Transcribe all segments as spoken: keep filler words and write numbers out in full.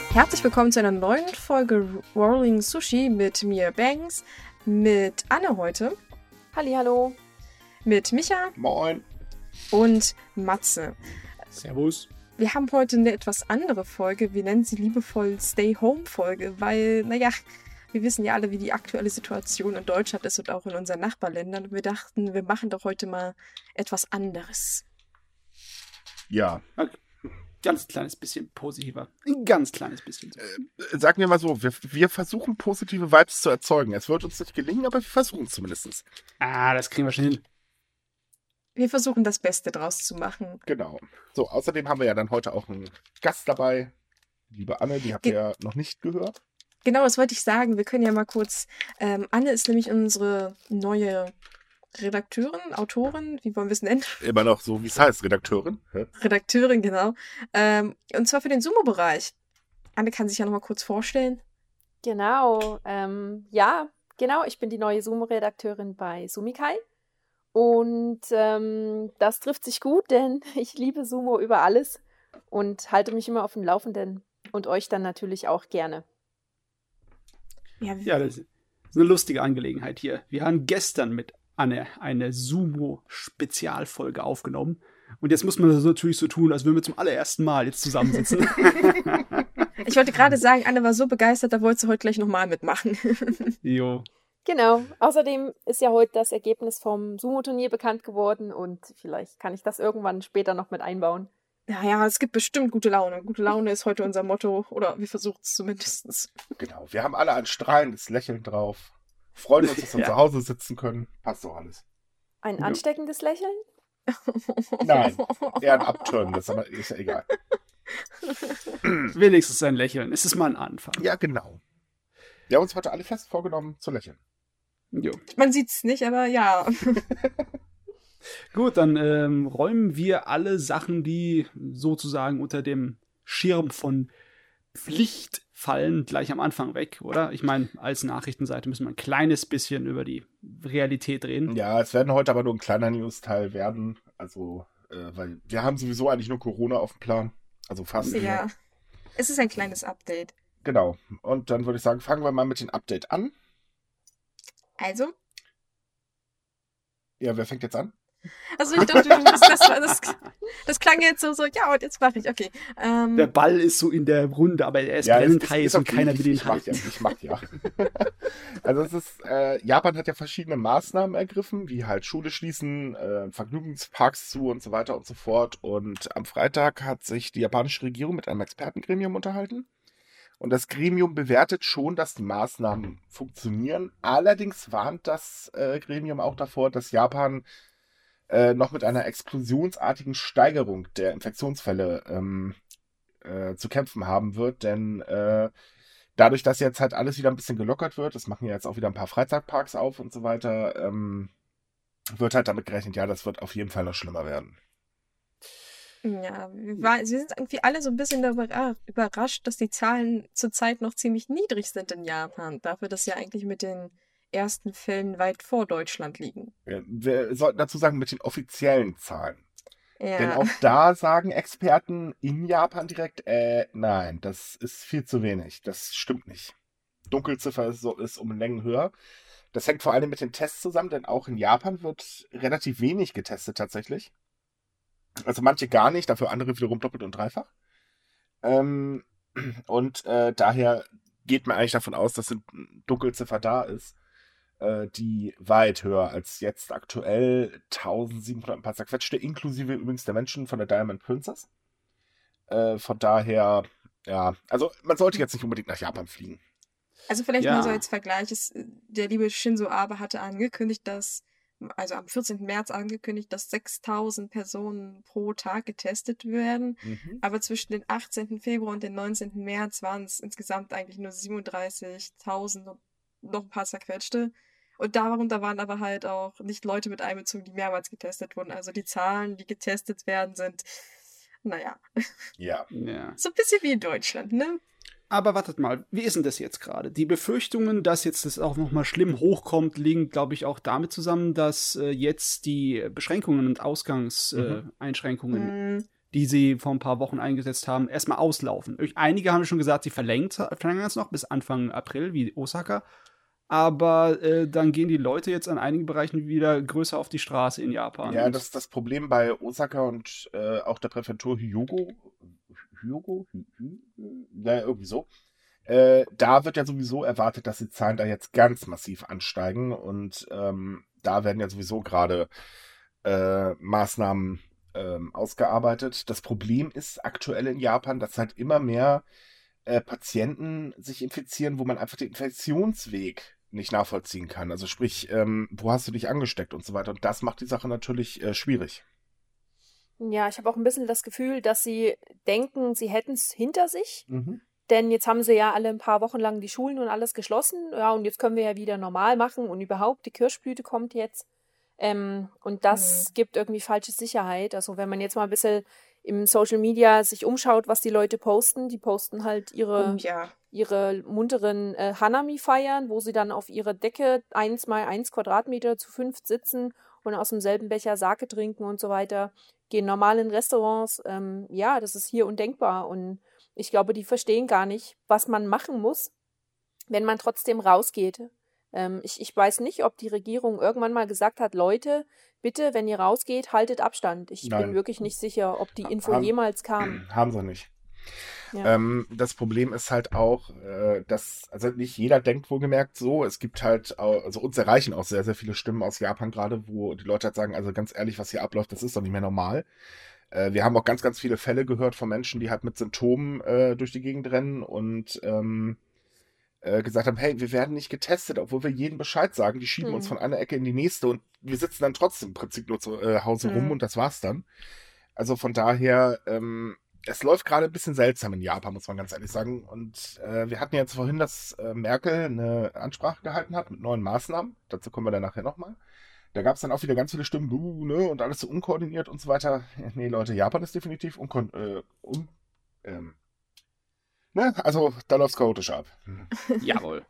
Herzlich willkommen zu einer neuen Folge Rolling Sushi mit mir, Banks, mit Anne heute. Hallihallo. Mit Micha. Moin. Und Matze. Servus. Wir haben heute eine etwas andere Folge. Wir nennen sie liebevoll Stay-Home-Folge, weil, naja, wir wissen ja alle, wie die aktuelle Situation in Deutschland ist und auch in unseren Nachbarländern. Und wir dachten, wir machen doch heute mal etwas anderes. Ja. Okay. Ganz kleines bisschen positiver. Ein ganz kleines bisschen. Äh, sagen wir mal so, wir, wir versuchen positive Vibes zu erzeugen. Es wird uns nicht gelingen, aber wir versuchen es zumindest. Ah, das kriegen wir schon hin. Wir versuchen das Beste draus zu machen. Genau. So, außerdem haben wir ja dann heute auch einen Gast dabei. Liebe Anne, die habt ihr ja noch nicht gehört. Genau, das wollte ich sagen. Wir können ja mal kurz... Ähm, Anne ist nämlich unsere neue Redakteurin, Autorin, wie wollen wir es nennen? Immer noch so, wie es heißt, Redakteurin. Hä? Redakteurin, genau. Ähm, und zwar für den Sumo-Bereich. Anne kann sich ja noch mal kurz vorstellen. Genau, ähm, ja, genau. Ich bin die neue Sumo-Redakteurin bei Sumikai. Und ähm, das trifft sich gut, denn ich liebe Sumo über alles und halte mich immer auf dem Laufenden und euch dann natürlich auch gerne. Ja, ja, das ist eine lustige Angelegenheit hier. Wir haben gestern mit Anne eine Sumo-Spezialfolge aufgenommen. Und jetzt muss man das natürlich so tun, als würden wir zum allerersten Mal jetzt zusammensitzen. Ich wollte gerade sagen, Anne war so begeistert, da wollte sie heute gleich nochmal mitmachen. Jo. Genau. Außerdem ist ja heute das Ergebnis vom Sumo-Turnier bekannt geworden und vielleicht kann ich das irgendwann später noch mit einbauen. Ja, ja, es gibt bestimmt gute Laune. Gute Laune ist heute unser Motto, oder wir versuchen es zumindest. Genau, wir haben alle ein strahlendes Lächeln drauf. Freuen uns, dass wir Ja. zu Hause sitzen können. Passt doch alles. Ein Ja. ansteckendes Lächeln? Nein, eher ein Abturnen, das ist aber ist ja egal. Wenigstens ein Lächeln. Es ist mal ein Anfang. Ja, genau. Wir haben uns heute alle fest vorgenommen, zu lächeln. Jo. Man sieht's nicht, aber ja. Gut, dann ähm, räumen wir alle Sachen, die sozusagen unter dem Schirm von Pflicht fallen, gleich am Anfang weg, oder? Ich meine, als Nachrichtenseite müssen wir ein kleines bisschen über die Realität reden. Ja, es werden heute aber nur ein kleiner News-Teil werden. Also, äh, weil wir haben sowieso eigentlich nur Corona auf dem Plan. Also fast. Ja. Es ist ein kleines Update. Genau. Und dann würde ich sagen, fangen wir mal mit dem Update an. Also? Ja, wer fängt jetzt an? Also ich dachte, du musst das, das, das klang jetzt so, so, ja, und jetzt mache ich, okay. Ähm, Der Ball ist so in der Runde, aber er ist Ja, brennend es ist- heiß ist und okay. keiner will ihn ich mach halten. ja, ich mach ja. Also es ist, äh, Japan hat ja verschiedene Maßnahmen ergriffen, wie halt Schule schließen, äh, Vergnügungsparks zu und so weiter und so fort. Und am Freitag hat sich die japanische Regierung mit einem Expertengremium unterhalten. Und das Gremium bewertet schon, dass die Maßnahmen funktionieren. Allerdings warnt das äh, Gremium auch davor, dass Japan äh, noch mit einer explosionsartigen Steigerung der Infektionsfälle ähm, äh, zu kämpfen haben wird. Denn äh, dadurch, dass jetzt halt alles wieder ein bisschen gelockert wird, das machen ja jetzt auch wieder ein paar Freizeitparks auf und so weiter, ähm, wird halt damit gerechnet, ja, das wird auf jeden Fall noch schlimmer werden. ja, wir, war, wir sind irgendwie alle so ein bisschen darüber überrascht, dass die Zahlen zurzeit noch ziemlich niedrig sind in Japan. Dafür, dass ja eigentlich mit den ersten Fällen weit vor Deutschland liegen. Ja, wir sollten dazu sagen, mit den offiziellen Zahlen. Ja. Denn auch da sagen Experten in Japan direkt, äh, nein, das ist viel zu wenig. Das stimmt nicht. Dunkelziffer ist, so, ist um Längen höher. Das hängt vor allem mit den Tests zusammen, denn auch in Japan wird relativ wenig getestet tatsächlich. Also manche gar nicht, dafür andere wiederum doppelt und dreifach. Ähm, und äh, daher geht man eigentlich davon aus, dass eine Dunkelziffer da ist, äh, die weit höher als jetzt aktuell eintausendsiebenhundert ein paar zerquetschte, inklusive übrigens der Menschen von der Diamond Princess. Äh, von daher, ja, also man sollte jetzt nicht unbedingt nach Japan fliegen. Also vielleicht Ja. mal so als Vergleich, ist, der liebe Shinzo Abe hatte angekündigt, dass, also am vierzehnten März angekündigt, dass sechstausend Personen pro Tag getestet werden. Mhm. Aber zwischen dem achtzehnten Februar und dem neunzehnten März waren es insgesamt eigentlich nur siebenunddreißigtausend und noch ein paar zerquetschte. Und darunter waren aber halt auch nicht Leute mit einbezogen, die mehrmals getestet wurden. Also die Zahlen, die getestet werden, sind, naja, Ja. Ja. so ein bisschen wie in Deutschland, ne? Aber wartet mal, wie ist denn das jetzt gerade? Die Befürchtungen, dass jetzt das auch nochmal schlimm hochkommt, liegen, glaube ich, auch damit zusammen, dass äh, jetzt die Beschränkungen und Ausgangseinschränkungen äh, Mhm. Einschränkungen Mm, die sie vor ein paar Wochen eingesetzt haben, erstmal auslaufen. Einige haben schon gesagt, sie verlängern es noch bis Anfang April, wie Osaka. Aber äh, dann gehen die Leute jetzt an einigen Bereichen wieder größer auf die Straße in Japan. Ja, das ist das Problem bei Osaka und äh, auch der Präfektur Hyogo. Hyogo? Ja, irgendwie so. Äh, da wird ja sowieso erwartet, dass die Zahlen da jetzt ganz massiv ansteigen. Und ähm, da werden ja sowieso gerade äh, Maßnahmen ähm, ausgearbeitet. Das Problem ist aktuell in Japan, dass halt immer mehr äh, Patienten sich infizieren, wo man einfach den Infektionsweg nicht nachvollziehen kann. Also sprich, ähm, wo hast du dich angesteckt und so weiter. Und das macht die Sache natürlich äh, schwierig. Ja, ich habe auch ein bisschen das Gefühl, dass sie denken, sie hätten es hinter sich. Mhm. Denn jetzt haben sie ja alle ein paar Wochen lang die Schulen und alles geschlossen. Ja, und jetzt können wir ja wieder normal machen. Und überhaupt, die Kirschblüte kommt jetzt. Ähm, und das Mhm. gibt irgendwie falsche Sicherheit. Also wenn man jetzt mal ein bisschen im Social Media sich umschaut, was die Leute posten, die posten halt ihre, Oh ja. ihre munteren äh, Hanami-Feiern, wo sie dann auf ihrer Decke eins mal eins Quadratmeter zu fünf sitzen und aus demselben Becher Sake trinken und so weiter. Gehen normal in Restaurants. Ähm, ja, das ist hier undenkbar. Und ich glaube, die verstehen gar nicht, was man machen muss, wenn man trotzdem rausgeht. Ähm, ich, ich weiß nicht, ob die Regierung irgendwann mal gesagt hat, Leute, bitte, wenn ihr rausgeht, haltet Abstand. Ich Nein. bin wirklich nicht sicher, ob die Info Haben- jemals kam. Haben sie nicht. Ja. Ähm, das Problem ist halt auch, äh, dass, also nicht jeder denkt wohlgemerkt so. Es gibt halt, au- also uns erreichen auch sehr, sehr viele Stimmen aus Japan gerade, wo die Leute halt sagen, also ganz ehrlich, was hier abläuft, das ist doch nicht mehr normal. Äh, wir haben auch ganz, ganz viele Fälle gehört von Menschen, die halt mit Symptomen äh, durch die Gegend rennen und ähm, äh, gesagt haben, hey, wir werden nicht getestet, obwohl wir jedem Bescheid sagen. Die schieben Hm. uns von einer Ecke in die nächste und wir sitzen dann trotzdem im Prinzip nur zu äh, Hause Hm. rum und das war's dann. Also von daher, ähm, es läuft gerade ein bisschen seltsam in Japan, muss man ganz ehrlich sagen. Und äh, wir hatten jetzt vorhin, dass äh, Merkel eine Ansprache gehalten hat mit neuen Maßnahmen. Dazu kommen wir dann nachher nochmal. Da gab es dann auch wieder ganz viele Stimmen, buh, ne, und alles so unkoordiniert und so weiter. Nee, Leute, Japan ist definitiv unkon äh, un ähm, ne, also da läuft's chaotisch ab. Hm. Jawohl.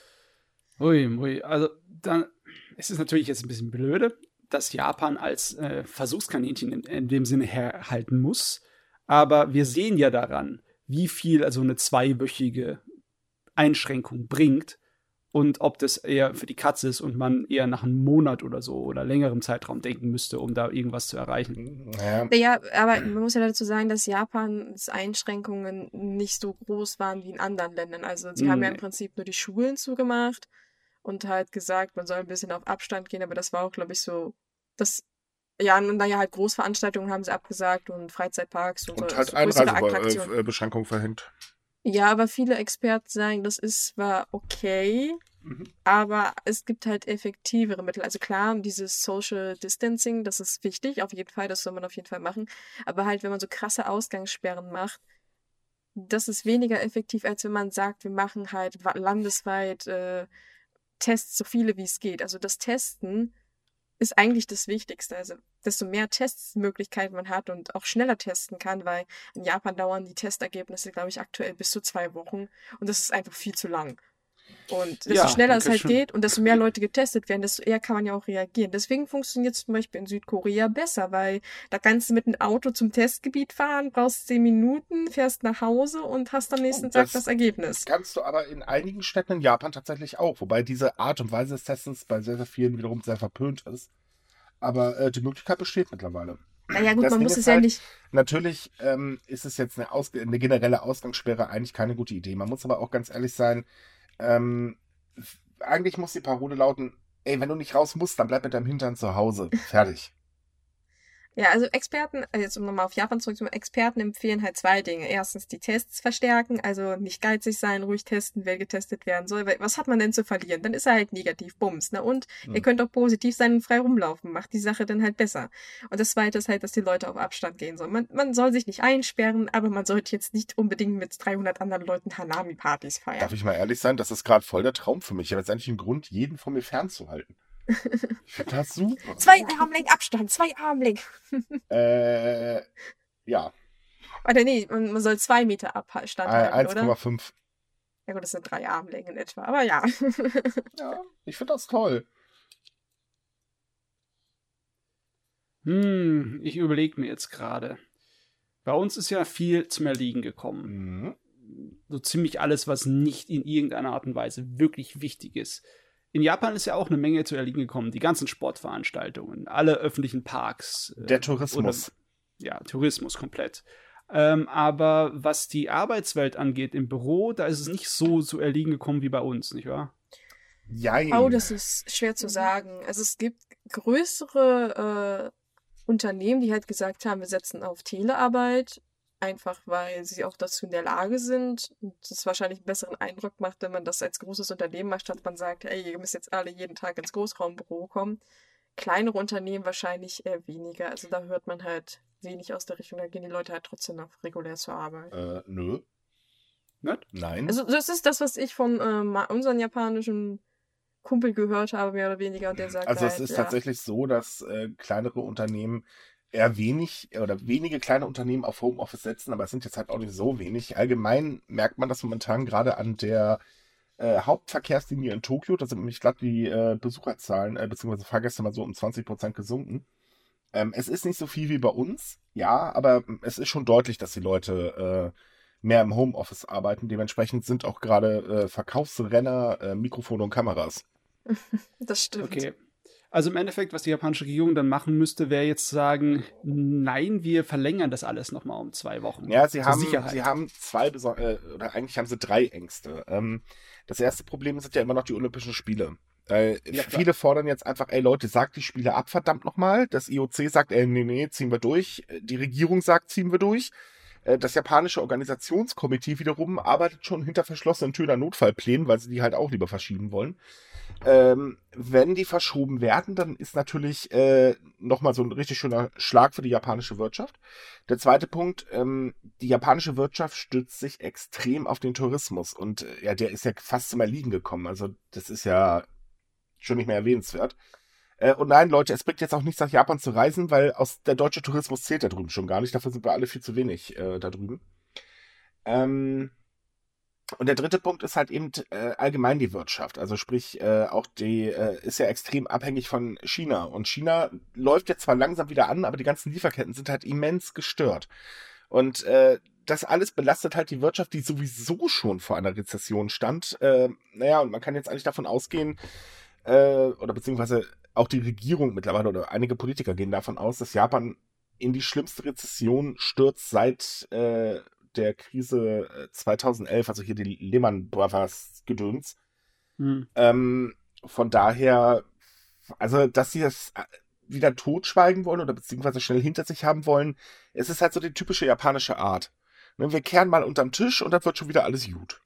Ui, ui. Also, dann ist es natürlich jetzt ein bisschen blöde, dass Japan als äh, Versuchskaninchen in, in dem Sinne herhalten muss. Aber wir sehen ja daran, wie viel also eine zweiwöchige Einschränkung bringt und ob das eher für die Katze ist und man eher nach einem Monat oder so oder längerem Zeitraum denken müsste, um da irgendwas zu erreichen. Naja, Ja, aber man muss ja dazu sagen, dass Japans Einschränkungen nicht so groß waren wie in anderen Ländern. Also sie haben ja im Nee. Prinzip nur die Schulen zugemacht und halt gesagt, man soll ein bisschen auf Abstand gehen, aber das war auch, glaube ich, so, das, ja, und dann ja halt Großveranstaltungen haben sie abgesagt und Freizeitparks und, und so, halt so größere Attraktionen. Einreisebeschränkungen verhängt. Ja, aber viele Experten sagen, das ist zwar okay, Mhm. aber es gibt halt effektivere Mittel. Also klar, dieses Social Distancing, das ist wichtig, auf jeden Fall, das soll man auf jeden Fall machen. Aber halt, wenn man so krasse Ausgangssperren macht, das ist weniger effektiv, als wenn man sagt, wir machen halt wa- landesweit äh, Tests, so viele wie es geht. Also das Testen ist eigentlich das Wichtigste. Also desto mehr Testmöglichkeiten man hat und auch schneller testen kann, weil in Japan dauern die Testergebnisse, glaube ich, aktuell bis zu zwei Wochen und das ist einfach viel zu lang. Und desto Ja, schneller es denke halt schon. geht und desto mehr Leute getestet werden, desto eher kann man ja auch reagieren. Deswegen funktioniert es zum Beispiel in Südkorea besser, weil da kannst du mit einem Auto zum Testgebiet fahren, brauchst zehn Minuten, fährst nach Hause und hast am nächsten Oh, Tag das- das Ergebnis. Kannst du aber in einigen Städten in Japan tatsächlich auch, wobei diese Art und Weise des Testens bei sehr, sehr vielen wiederum sehr verpönt ist. Aber äh, die Möglichkeit besteht mittlerweile. Naja gut, Das man Ding muss ist es ja halt, nicht. Natürlich ähm, ist es jetzt eine, Ausg eine generelle Ausgangssperre eigentlich keine gute Idee. Man muss aber auch ganz ehrlich sein, ähm, f- eigentlich muss die Parole lauten, ey, wenn du nicht raus musst, dann bleib mit deinem Hintern zu Hause. Fertig. Ja, also Experten, also jetzt um nochmal auf Japan zurückzukommen, Experten empfehlen halt zwei Dinge. Erstens die Tests verstärken, also nicht geizig sein, ruhig testen, wer getestet werden soll. Weil was hat man denn zu verlieren? Dann ist er halt negativ, bums. Ne? Und Hm. ihr könnt auch positiv sein und frei rumlaufen, macht die Sache dann halt besser. Und das Zweite ist halt, dass die Leute auf Abstand gehen sollen. Man, man soll sich nicht einsperren, aber man sollte jetzt nicht unbedingt mit dreihundert anderen Leuten Hanami-Partys feiern. Darf ich mal ehrlich sein, das ist gerade voll der Traum für mich. Ich habe jetzt eigentlich einen Grund, jeden von mir fernzuhalten. Ich finde das super. Zwei Armlängen Abstand, zwei Armlängen. Äh, ja, Oder nee, man, man soll zwei Meter Abstand halten, eins oder? Komma fünf. Ja gut, das sind drei Armlängen in etwa, aber ja. Ja, ich finde das toll. Hm, ich überlege mir jetzt gerade. Bei uns ist ja viel zum Erliegen gekommen. Mhm. So ziemlich alles, was nicht in irgendeiner Art und Weise wirklich wichtig ist. In Japan ist ja auch eine Menge zu erliegen gekommen. Die ganzen Sportveranstaltungen, alle öffentlichen Parks. Der Tourismus. Oder, ja, Tourismus komplett. Ähm, aber was die Arbeitswelt angeht im Büro, da ist es nicht so zu erliegen gekommen wie bei uns, nicht wahr? Jein. Oh, das ist schwer zu sagen. Also es gibt größere äh, Unternehmen, die halt gesagt haben, wir setzen auf Telearbeit, einfach weil sie auch dazu in der Lage sind und das wahrscheinlich einen besseren Eindruck macht, wenn man das als großes Unternehmen macht, statt man sagt, ey, ihr müsst jetzt alle jeden Tag ins Großraumbüro kommen. Kleinere Unternehmen wahrscheinlich eher weniger. Also da hört man halt wenig aus der Richtung, da gehen die Leute halt trotzdem noch regulär zur Arbeit. Äh, nö. Nicht? Nein. Also das ist das, was ich von äh, unseren japanischen Kumpel gehört habe, mehr oder weniger, und der sagt Also es halt, ist ja. tatsächlich so, dass äh, kleinere Unternehmen eher wenig oder wenige kleine Unternehmen auf Homeoffice setzen, aber es sind jetzt halt auch nicht so wenig. Allgemein merkt man das momentan gerade an der äh, Hauptverkehrslinie in Tokio. Da sind nämlich glatt die äh, Besucherzahlen äh, bzw. Fahrgäste mal so um zwanzig Prozent gesunken. Ähm, es ist nicht so viel wie bei uns, ja, aber es ist schon deutlich, dass die Leute äh, mehr im Homeoffice arbeiten. Dementsprechend sind auch gerade äh, Verkaufsrenner, äh, Mikrofone und Kameras. Das stimmt. Okay. Also im Endeffekt, was die japanische Regierung dann machen müsste, wäre jetzt sagen, nein, wir verlängern das alles nochmal um zwei Wochen. Ja, sie Zur haben, Sicherheit. sie haben zwei, beso- äh, oder eigentlich haben sie drei Ängste. Ähm, das erste Problem sind ja immer noch die Olympischen Spiele. Äh, Ja, klar. viele fordern jetzt einfach, ey Leute, sagt die Spiele ab, verdammt nochmal. Das I O C sagt, ey, nee, nee, ziehen wir durch. Die Regierung sagt, ziehen wir durch. Äh, Das japanische Organisationskomitee wiederum arbeitet schon hinter verschlossenen Türen an Notfallplänen, weil sie die halt auch lieber verschieben wollen. Ähm, wenn die verschoben werden, dann ist natürlich äh, nochmal so ein richtig schöner Schlag für die japanische Wirtschaft. Der zweite Punkt, ähm, die japanische Wirtschaft stützt sich extrem auf den Tourismus und äh, ja, der ist ja fast zum Erliegen gekommen. Also das ist ja schon nicht mehr erwähnenswert. Äh, und nein, Leute, es bringt jetzt auch nichts, nach Japan zu reisen, weil aus der deutsche Tourismus zählt da drüben schon gar nicht. Dafür sind wir alle viel zu wenig äh, da drüben. Ähm, und der dritte Punkt ist halt eben äh, allgemein die Wirtschaft. Also sprich, äh, auch die äh, ist ja extrem abhängig von China. Und China läuft jetzt zwar langsam wieder an, aber die ganzen Lieferketten sind halt immens gestört. Und äh, das alles belastet halt die Wirtschaft, die sowieso schon vor einer Rezession stand. Äh, naja, und man kann jetzt eigentlich davon ausgehen, äh, oder beziehungsweise auch die Regierung mittlerweile oder einige Politiker gehen davon aus, dass Japan in die schlimmste Rezession stürzt seit äh, der Krise äh, zweitausendelf, also hier die Lehman Brothers Gedöns. Hm. Ähm, von daher, also dass sie das äh, wieder totschweigen wollen oder beziehungsweise schnell hinter sich haben wollen, es ist halt so die typische japanische Art. Ne, wir kehren mal unterm Tisch und dann wird schon wieder alles gut.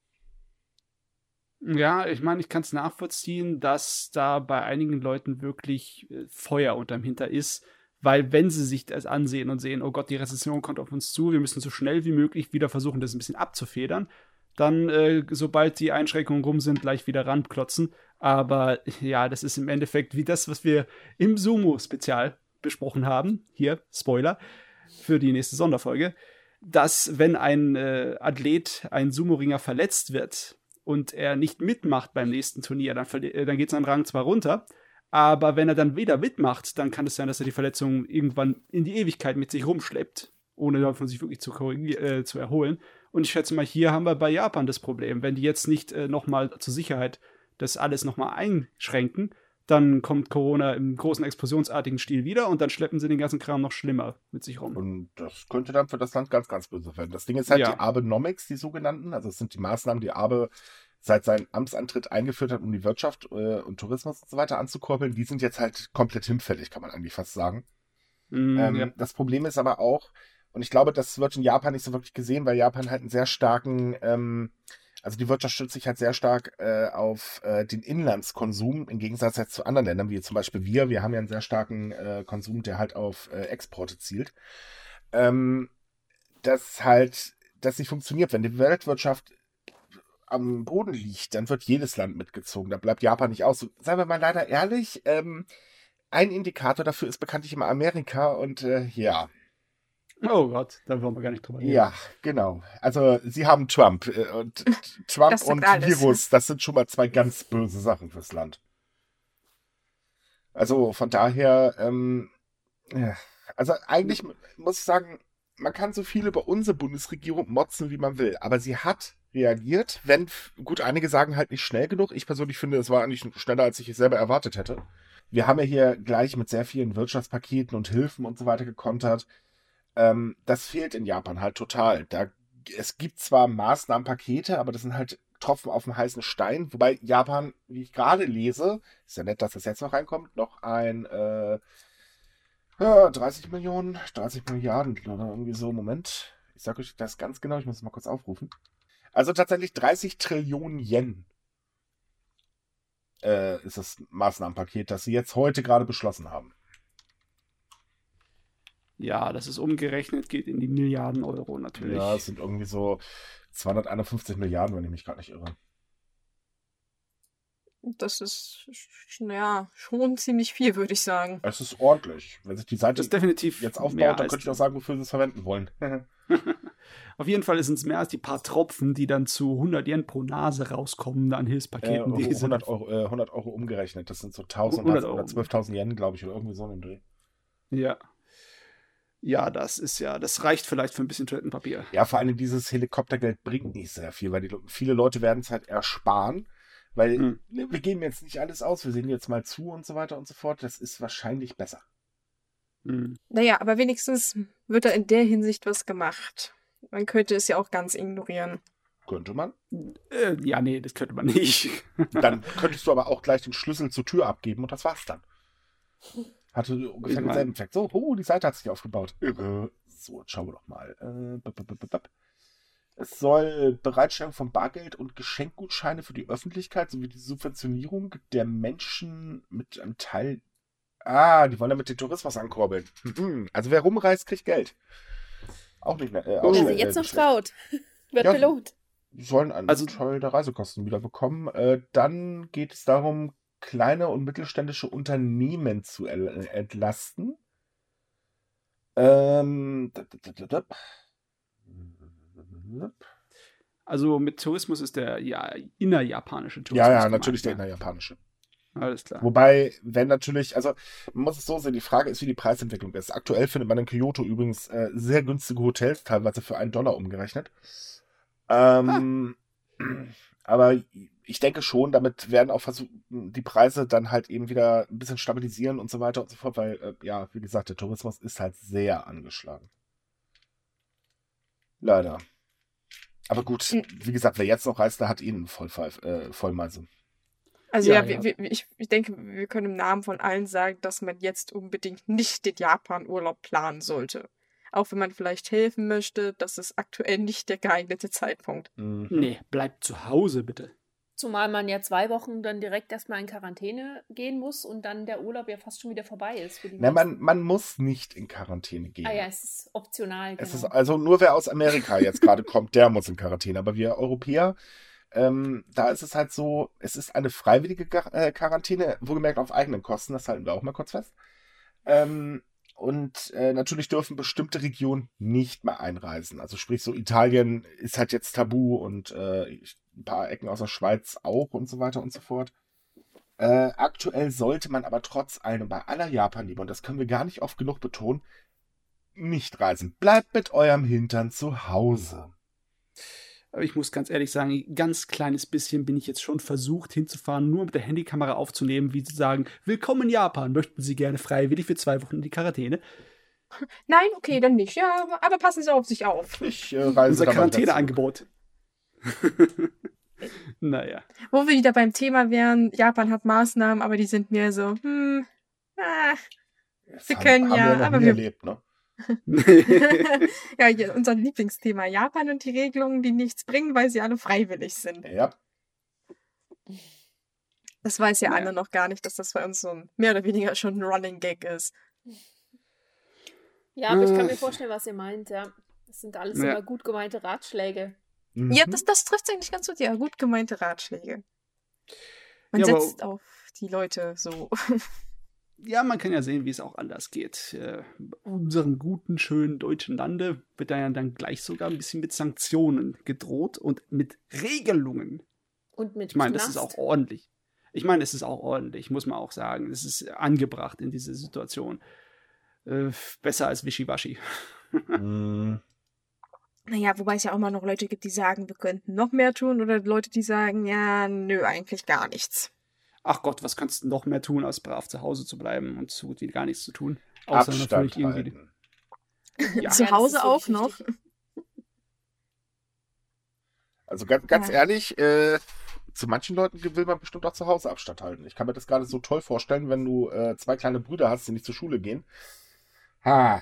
Ja, ich meine, ich kann es nachvollziehen, dass da bei einigen Leuten wirklich äh, Feuer unterm Hinter ist, weil wenn sie sich das ansehen und sehen, oh Gott, die Rezession kommt auf uns zu, wir müssen so schnell wie möglich wieder versuchen, das ein bisschen abzufedern, dann, äh, sobald die Einschränkungen rum sind, gleich wieder ranklotzen. Aber ja, das ist im Endeffekt wie das, was wir im Sumo-Spezial besprochen haben. Hier, Spoiler, für die nächste Sonderfolge. Dass, wenn ein äh, Athlet, ein Sumo-Ringer verletzt wird und er nicht mitmacht beim nächsten Turnier, dann, verli- dann geht sein Rang zwar runter, aber wenn er dann wieder mitmacht, dann kann es sein, dass er die Verletzung irgendwann in die Ewigkeit mit sich rumschleppt, ohne davon sich wirklich zu, korrigier- äh, zu erholen. Und ich schätze mal, hier haben wir bei Japan das Problem. Wenn die jetzt nicht äh, nochmal zur Sicherheit das alles nochmal einschränken, dann kommt Corona im großen explosionsartigen Stil wieder und dann schleppen sie den ganzen Kram noch schlimmer mit sich rum. Und das könnte dann für das Land ganz, ganz böse werden. Das Ding ist halt Ja. die Abenomics, die sogenannten. Also es sind die Maßnahmen, die Abe seit seinem Amtsantritt eingeführt hat, um die Wirtschaft äh, und Tourismus und so weiter anzukurbeln. Die sind jetzt halt komplett hinfällig, kann man eigentlich fast sagen. Mm, Ähm, ja. Das Problem ist aber auch, und ich glaube, das wird in Japan nicht so wirklich gesehen, weil Japan halt einen sehr starken, ähm, also die Wirtschaft stützt sich halt sehr stark äh, auf äh, den Inlandskonsum, im Gegensatz jetzt zu anderen Ländern, wie zum Beispiel wir. Wir haben ja einen sehr starken äh, Konsum, der halt auf äh, Exporte zielt. Ähm, das halt, das nicht funktioniert. Wenn die Weltwirtschaft am Boden liegt, dann wird jedes Land mitgezogen. Da bleibt Japan nicht aus. Seien wir mal leider ehrlich, ähm, ein Indikator dafür ist bekanntlich immer Amerika und äh, ja. Oh Gott, da wollen wir gar nicht drüber reden. Ja, genau. Also sie haben Trump äh, und Trump Das sagt und alles. Virus, das sind schon mal zwei ganz böse Sachen fürs Land. Also von daher, ähm, ja. Also eigentlich m- muss ich sagen, man kann so viel über unsere Bundesregierung motzen, wie man will, aber sie hat reagiert, wenn, gut, einige sagen halt nicht schnell genug. Ich persönlich finde, es war eigentlich schneller, als ich es selber erwartet hätte. Wir haben ja hier gleich mit sehr vielen Wirtschaftspaketen und Hilfen und so weiter gekontert. Ähm, das fehlt in Japan halt total. Da, es gibt zwar Maßnahmenpakete, aber das sind halt Tropfen auf dem heißen Stein, wobei Japan, wie ich gerade lese, ist ja nett, dass das jetzt noch reinkommt, noch ein äh, ja, dreißig Millionen, dreißig Milliarden oder irgendwie so. Moment, ich sage euch das ganz genau, ich muss es mal kurz aufrufen. Also tatsächlich dreißig Trillionen Yen äh, ist das Maßnahmenpaket, das sie jetzt heute gerade beschlossen haben. Ja, das ist umgerechnet, geht in die Milliarden Euro natürlich. Ja, es sind irgendwie so zweihunderteinundfünfzig Milliarden, wenn ich mich gerade nicht irre. Das ist, ja, schon ziemlich viel, würde ich sagen. Es ist ordentlich. Wenn sich die Seite Das ist definitiv jetzt aufbaut, mehr dann als könnte ich auch sagen, wofür sie es verwenden wollen. Auf jeden Fall sind es mehr als die paar Tropfen, die dann zu hundert Yen pro Nase rauskommen an äh, Hilfspaketen. die sind- hundert Euro, äh, hundert Euro umgerechnet. Das sind so tausend hundert oder Euro. zwölftausend Yen, glaube ich, oder irgendwie so in dem Dreh. Ja. Ja, das ist ja, das reicht vielleicht für ein bisschen Toilettenpapier. Ja, vor allem dieses Helikoptergeld bringt nicht sehr viel, weil die, viele Leute werden es halt ersparen, weil Hm. ne, wir geben jetzt nicht alles aus, wir sehen jetzt mal zu und so weiter und so fort. Das ist wahrscheinlich besser. Hm. Naja, aber wenigstens wird da in der Hinsicht was gemacht. Man könnte es ja auch ganz ignorieren. Könnte man. Äh, ja, nee, das könnte man nicht. Dann könntest du aber auch gleich den Schlüssel zur Tür abgeben und das war's dann. Hatte ungefähr Ich mein- denselben Effekt. So, oh, die Seite hat sich aufgebaut. Irre. So, jetzt schauen wir doch mal. Äh, bap, bap, bap, bap. Es soll Bereitstellung von Bargeld und Geschenkgutscheine für die Öffentlichkeit sowie die Subventionierung der Menschen mit einem Teil. Ah, die wollen damit den Tourismus ankurbeln. Mhm. Also wer rumreist, kriegt Geld. Auch nicht mehr. Äh, auch Wer schnell, sich jetzt äh, noch schlecht. traut, wird Ja, belohnt. Die sollen einen Also- Teil der Reisekosten wieder bekommen. Äh, dann geht es darum, kleine und mittelständische Unternehmen zu el- entlasten. Ähm, da- da- da- da- da. Also mit Tourismus ist der ja, innerjapanische Tourismus. Ja, ja, gemeint, natürlich der ne? innerjapanische. Alles klar. Wobei, wenn natürlich, also man muss es so sehen, die Frage ist, wie die Preisentwicklung ist. Aktuell findet man in Kyoto übrigens äh, sehr günstige Hotels, teilweise für einen Dollar umgerechnet. Ähm, aber ich denke schon, damit werden auch versucht, die Preise dann halt eben wieder ein bisschen stabilisieren und so weiter und so fort, weil, äh, ja, wie gesagt, der Tourismus ist halt sehr angeschlagen. Leider. Aber gut, Mhm. wie gesagt, wer jetzt noch reist, der hat ihn voll, äh, Vollmeise. Also Ja, ja, ja. wir- wir- ich, ich denke, wir können im Namen von allen sagen, dass man jetzt unbedingt nicht den Japan-Urlaub planen sollte. Auch wenn man vielleicht helfen möchte, das ist aktuell nicht der geeignete Zeitpunkt. Mhm. Nee, bleibt zu Hause, bitte. Zumal man ja zwei Wochen dann direkt erstmal in Quarantäne gehen muss und dann der Urlaub ja fast schon wieder vorbei ist. Für die Na, man, meisten. man muss nicht in Quarantäne gehen. Ah ja, es ist optional. Es genau. ist also nur wer aus Amerika jetzt gerade kommt, der muss in Quarantäne. Aber wir Europäer, ähm, da ist es halt so, es ist eine freiwillige Gar- äh, Quarantäne, wohlgemerkt auf eigenen Kosten, das halten wir auch mal kurz fest. Ähm, und äh, natürlich dürfen bestimmte Regionen nicht mehr einreisen. Also sprich so Italien ist halt jetzt tabu und äh, ein paar Ecken aus der Schweiz auch und so weiter und so fort. Äh, aktuell sollte man aber trotz allem bei aller Japan-Liebe, und das können wir gar nicht oft genug betonen, nicht reisen. Bleibt mit eurem Hintern zu Hause. Aber ich muss ganz ehrlich sagen, ein ganz kleines bisschen bin ich jetzt schon versucht hinzufahren, nur mit der Handykamera aufzunehmen, wie sie sagen, willkommen in Japan, möchten Sie gerne freiwillig für zwei Wochen in die Quarantäne? Nein, okay, dann nicht. Ja, aber- aber passen Sie auf sich auf. Ich äh, reise Unser da mal wieder Quarantäneangebot. Naja. Wo wir wieder beim Thema wären, Japan hat Maßnahmen, aber die sind mir so, hm, ah. zurück. Das wir haben- können haben ja, wir noch aber nie wir- erlebt, ne? ja, hier, unser Lieblingsthema Japan und die Regelungen, die nichts bringen, weil sie alle freiwillig sind. Ja. Das weiß ja Naja. Anne noch gar nicht, dass das bei uns so ein mehr oder weniger schon ein Running Gag ist. Ja, aber ich kann Äh. mir vorstellen, was ihr meint, ja. Das sind alles Ja. immer gut gemeinte Ratschläge. Mhm. Ja, das, das trifft eigentlich ganz gut. Ja, gut gemeinte Ratschläge. Man Ja, aber- setzt auf die Leute so. Ja, man kann ja sehen, wie es auch anders geht. Äh, unserem guten, schönen deutschen Lande wird da ja dann gleich sogar ein bisschen mit Sanktionen gedroht und mit Regelungen. Und mit Ich meine, das Knast. ist auch ordentlich. Ich meine, es ist auch ordentlich, muss man auch sagen. Es ist angebracht in diese Situation. Äh, besser als Wischiwaschi. Hm, Naja, wobei es ja auch mal noch Leute gibt, die sagen, wir könnten noch mehr tun, oder Leute, die sagen, ja, nö, eigentlich gar nichts. Ach Gott, was kannst du noch mehr tun, als brav zu Hause zu bleiben und so gut wie gar nichts zu tun? Außer Abstand natürlich irgendwie. halten. Ja, Zu das Hause ist auch wirklich noch. wichtig. Also ganz, ganz Ja. ehrlich, äh, zu manchen Leuten will man bestimmt auch zu Hause Abstand halten. Ich kann mir das gerade so toll vorstellen, wenn du äh, zwei kleine Brüder hast, die nicht zur Schule gehen. Ha,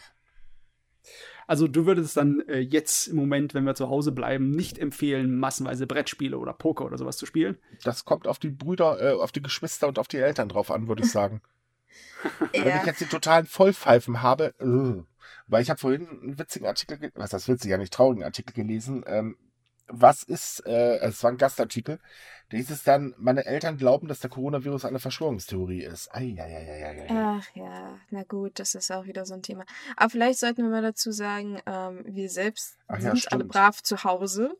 Also du würdest dann äh, jetzt im Moment, wenn wir zu Hause bleiben, nicht empfehlen, massenweise Brettspiele oder Poker oder sowas zu spielen? das kommt auf die Brüder, äh, auf die Geschwister und auf die Eltern drauf an, würde ich sagen. Wenn ich Ja. jetzt den totalen Vollpfeifen habe, äh, weil ich habe vorhin einen witzigen Artikel, ge- was heißt witzig, ja nicht traurigen Artikel gelesen. Ähm, was ist, äh, es war ein Gastartikel, da hieß es dann, meine Eltern glauben, dass der Coronavirus eine Verschwörungstheorie ist. Eieieiei. Ach ja, na gut, das ist auch wieder so ein Thema. Aber vielleicht sollten wir mal dazu sagen, ähm, wir selbst Ach ja, sind alle stimmt. brav zu Hause.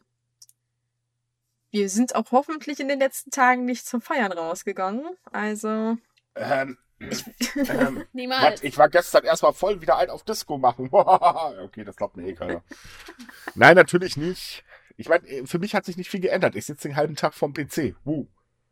Wir sind auch hoffentlich in den letzten Tagen nicht zum Feiern rausgegangen. Also, Ähm, ich, ähm, Niemals. was, ich war gestern erstmal voll wieder ein auf Disco machen. Okay, das glaubt mir eh keiner. Nein, natürlich nicht. Ich meine, für mich hat sich nicht viel geändert. Ich sitze den halben Tag vorm P C. Uh.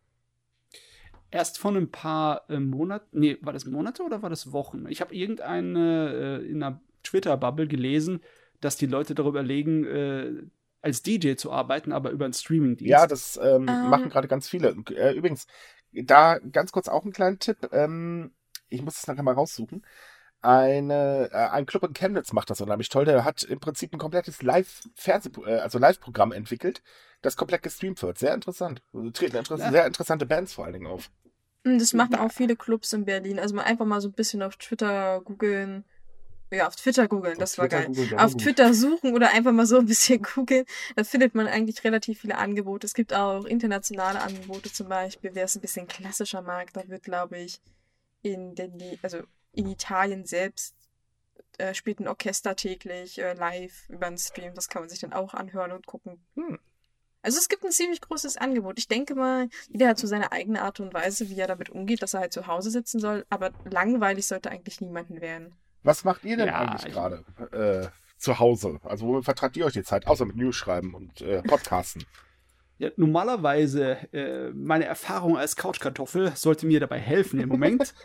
Erst vor ein paar äh, Monaten, nee, war das Monate oder war das Wochen? Ich habe irgendeine äh, in einer Twitter-Bubble gelesen, dass die Leute darüber überlegen, äh, als D J zu arbeiten, aber über einen Streaming-Dienst. Ja, das ähm, Ähm. machen gerade ganz viele. Äh, übrigens, da ganz kurz auch einen kleinen Tipp. Ähm, ich muss es nachher mal raussuchen. Eine, äh, ein Club in Chemnitz macht das unheimlich toll. Der hat im Prinzip ein komplettes Live-Fernseh, äh, also Live-Programm entwickelt, das komplett gestreamt wird. Sehr interessant. Also treten inter Ja. sehr interessante Bands vor allen Dingen auf. das machen Da- auch viele Clubs in Berlin. Also mal einfach mal so ein bisschen auf Twitter googeln. Ja, auf Twitter googeln, das Auf war Twitter geil. googeln, der war Auf gut. Twitter suchen oder einfach mal so ein bisschen googeln. Da findet man eigentlich relativ viele Angebote. Es gibt auch internationale Angebote zum Beispiel. Wer es ein bisschen klassischer mag, da wird, glaube ich, in den, also in Italien selbst äh, spielt ein Orchester täglich äh, live über einen Stream. Das kann man sich dann auch anhören und gucken. Hm. Also es gibt ein ziemlich großes Angebot. Ich denke mal, jeder hat so seine eigene Art und Weise, wie er damit umgeht, dass er halt zu Hause sitzen soll. Aber langweilig sollte eigentlich niemanden werden. Was macht ihr denn Ja, eigentlich ich- gerade äh, zu Hause? Also womit vertreibt ihr euch die Zeit? Außer mit News schreiben und äh, Podcasten. Ja, normalerweise, äh, meine Erfahrung als Couchkartoffel sollte mir dabei helfen im Moment.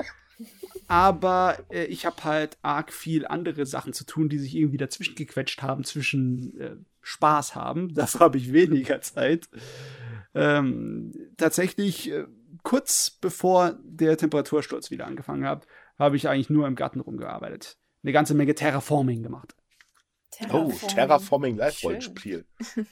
Aber äh, ich habe halt arg viel andere Sachen zu tun, die sich irgendwie dazwischen gequetscht haben, zwischen äh, Spaß haben. Dafür habe ich weniger Zeit. Ähm, tatsächlich, äh, kurz bevor der Temperatursturz wieder angefangen hat, habe ich eigentlich nur im Garten rumgearbeitet. Eine ganze Menge Terraforming gemacht. Oh, Terraforming Live-Rollenspiel.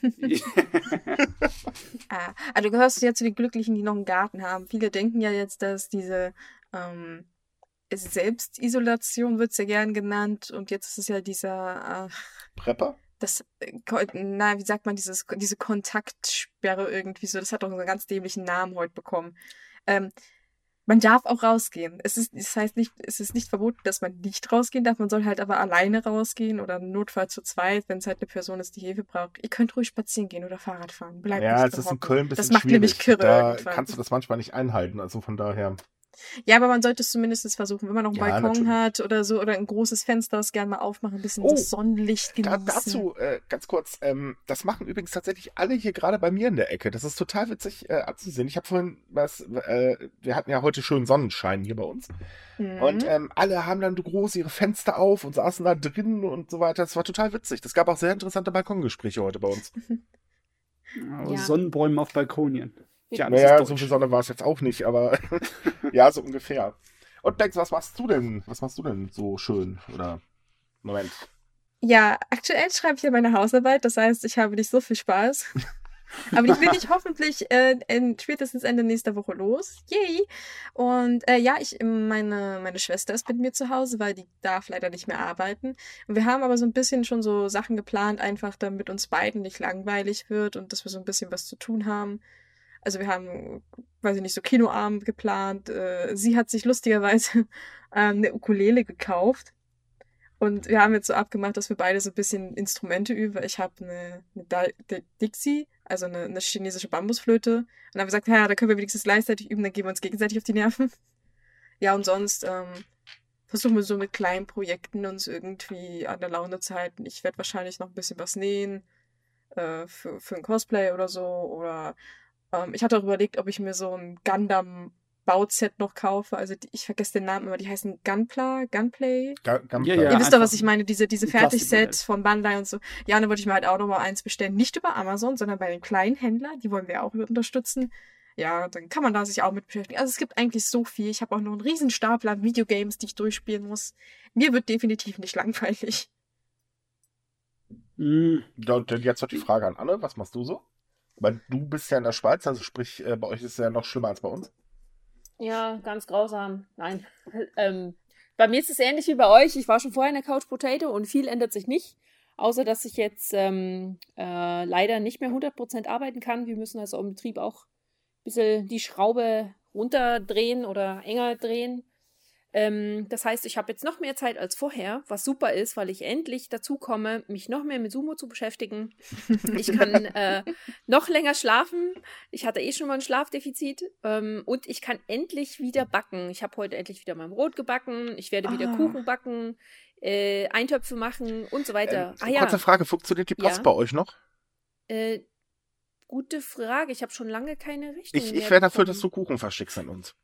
Ah, also du gehörst ja zu den Glücklichen, die noch einen Garten haben. Viele denken ja jetzt, dass diese ähm, Selbstisolation wird sehr gern genannt und jetzt ist es ja dieser, äh, Prepper? das, äh, Ko- na, wie sagt man, dieses, diese Kontaktsperre irgendwie so, das hat doch einen ganz dämlichen Namen heute bekommen. Ähm, man darf auch rausgehen. Es ist, das heißt nicht, es ist nicht verboten, dass man nicht rausgehen darf. Man soll halt aber alleine rausgehen oder im Notfall zu zweit, wenn es halt eine Person ist, die Hilfe braucht. Ihr könnt ruhig spazieren gehen oder Fahrrad fahren. Bleibt Ja, nicht es ist in hocken. Köln ein bisschen Das macht schwierig. nämlich Kirre Da irgendwann. kannst du das manchmal nicht einhalten. Also von daher. Ja, aber man sollte es zumindest versuchen, wenn man noch einen Ja, Balkon natürlich. hat oder so oder ein großes Fenster, das gerne mal aufmachen, ein bisschen Oh, das Sonnenlicht Da, genießen. dazu äh, ganz kurz, ähm, das machen übrigens tatsächlich alle hier gerade bei mir in der Ecke. Das ist total witzig äh, anzusehen. Ich habe vorhin was, äh, wir hatten ja heute schönen Sonnenschein hier bei uns. Mhm. Und ähm, alle haben dann groß ihre Fenster auf und saßen da drin und so weiter. Das war total witzig. Das gab auch sehr interessante Balkongespräche heute bei uns. Ja. Sonnenbäume auf Balkonien. Tja, das Naja, ist so deutsch. viel Sonne war es jetzt auch nicht, aber ja, so ungefähr. Und Bex, was machst du denn? Was machst du denn so schön? Oder Moment. Ja, aktuell schreibe ich ja meine Hausarbeit, das heißt, ich habe nicht so viel Spaß. Aber die will ich hoffentlich äh, in, spätestens Ende nächster Woche los. Yay! Und äh, ja, ich, meine, meine Schwester ist mit mir zu Hause, weil die darf leider nicht mehr arbeiten. Und wir haben aber so ein bisschen schon so Sachen geplant, einfach damit uns beiden nicht langweilig wird und dass wir so ein bisschen was zu tun haben. Also wir haben, weiß ich nicht, so Kinoabend geplant. Äh, sie hat sich lustigerweise ähm, eine Ukulele gekauft. Und wir haben jetzt so abgemacht, dass wir beide so ein bisschen Instrumente üben. Ich habe eine, eine Da- D- Dixie, also eine, eine chinesische Bambusflöte. Und dann haben wir gesagt, ja, da können wir wenigstens gleichzeitig üben, dann gehen wir uns gegenseitig auf die Nerven. Ja, und sonst, ähm, versuchen wir so mit kleinen Projekten uns irgendwie an der Laune zu halten. Ich werde wahrscheinlich noch ein bisschen was nähen äh, für, für ein Cosplay oder so. Oder ähm, ich hatte auch überlegt, ob ich mir so ein Gundam-Bauset noch kaufe. Also die, ich vergesse den Namen immer, die heißen Gunpla, Gunplay. Ga- Gunpla. Ja, ja. Ihr wisst doch, einfach was ich meine, diese, diese ein Plastikmodell. Fertigsets von Bandai und so. Ja, und dann wollte ich mir halt auch noch mal eins bestellen. Nicht über Amazon, sondern bei den kleinen Händlern. Die wollen wir auch unterstützen. Ja, dann kann man da sich auch mit beschäftigen. Also es gibt eigentlich so viel. Ich habe auch noch einen riesen Stapel an Videogames, die ich durchspielen muss. Mir wird definitiv nicht langweilig. Mm, Ja, und dann jetzt noch die Frage an Anne, was machst du so? Weil du bist ja in der Schweiz, also sprich, äh, bei euch ist es ja noch schlimmer als bei uns. Ja, ganz grausam. Nein. Ähm, bei mir ist es ähnlich wie bei euch. Ich war schon vorher eine Couch Potato und viel ändert sich nicht. Außer, dass ich jetzt ähm, äh, leider nicht mehr hundert Prozent arbeiten kann. Wir müssen also im Betrieb auch ein bisschen die Schraube runterdrehen oder enger drehen. Ähm, das heißt, ich habe jetzt noch mehr Zeit als vorher, was super ist, weil ich endlich dazu komme, mich noch mehr mit Sumo zu beschäftigen. Ich kann äh, noch länger schlafen. Ich hatte eh schon mal ein Schlafdefizit. Ähm, und ich kann endlich wieder backen. Ich habe heute endlich wieder mein Brot gebacken. Ich werde wieder Ah. Kuchen backen, äh, Eintöpfe machen und so weiter. Ähm, ah ja, Kurze Frage, funktioniert die Post Ja. bei euch noch? äh, gute Frage. Ich habe schon lange keine Rechnung Ich, mehr ich wäre dafür, bekommen. dass du Kuchen verschickst an uns.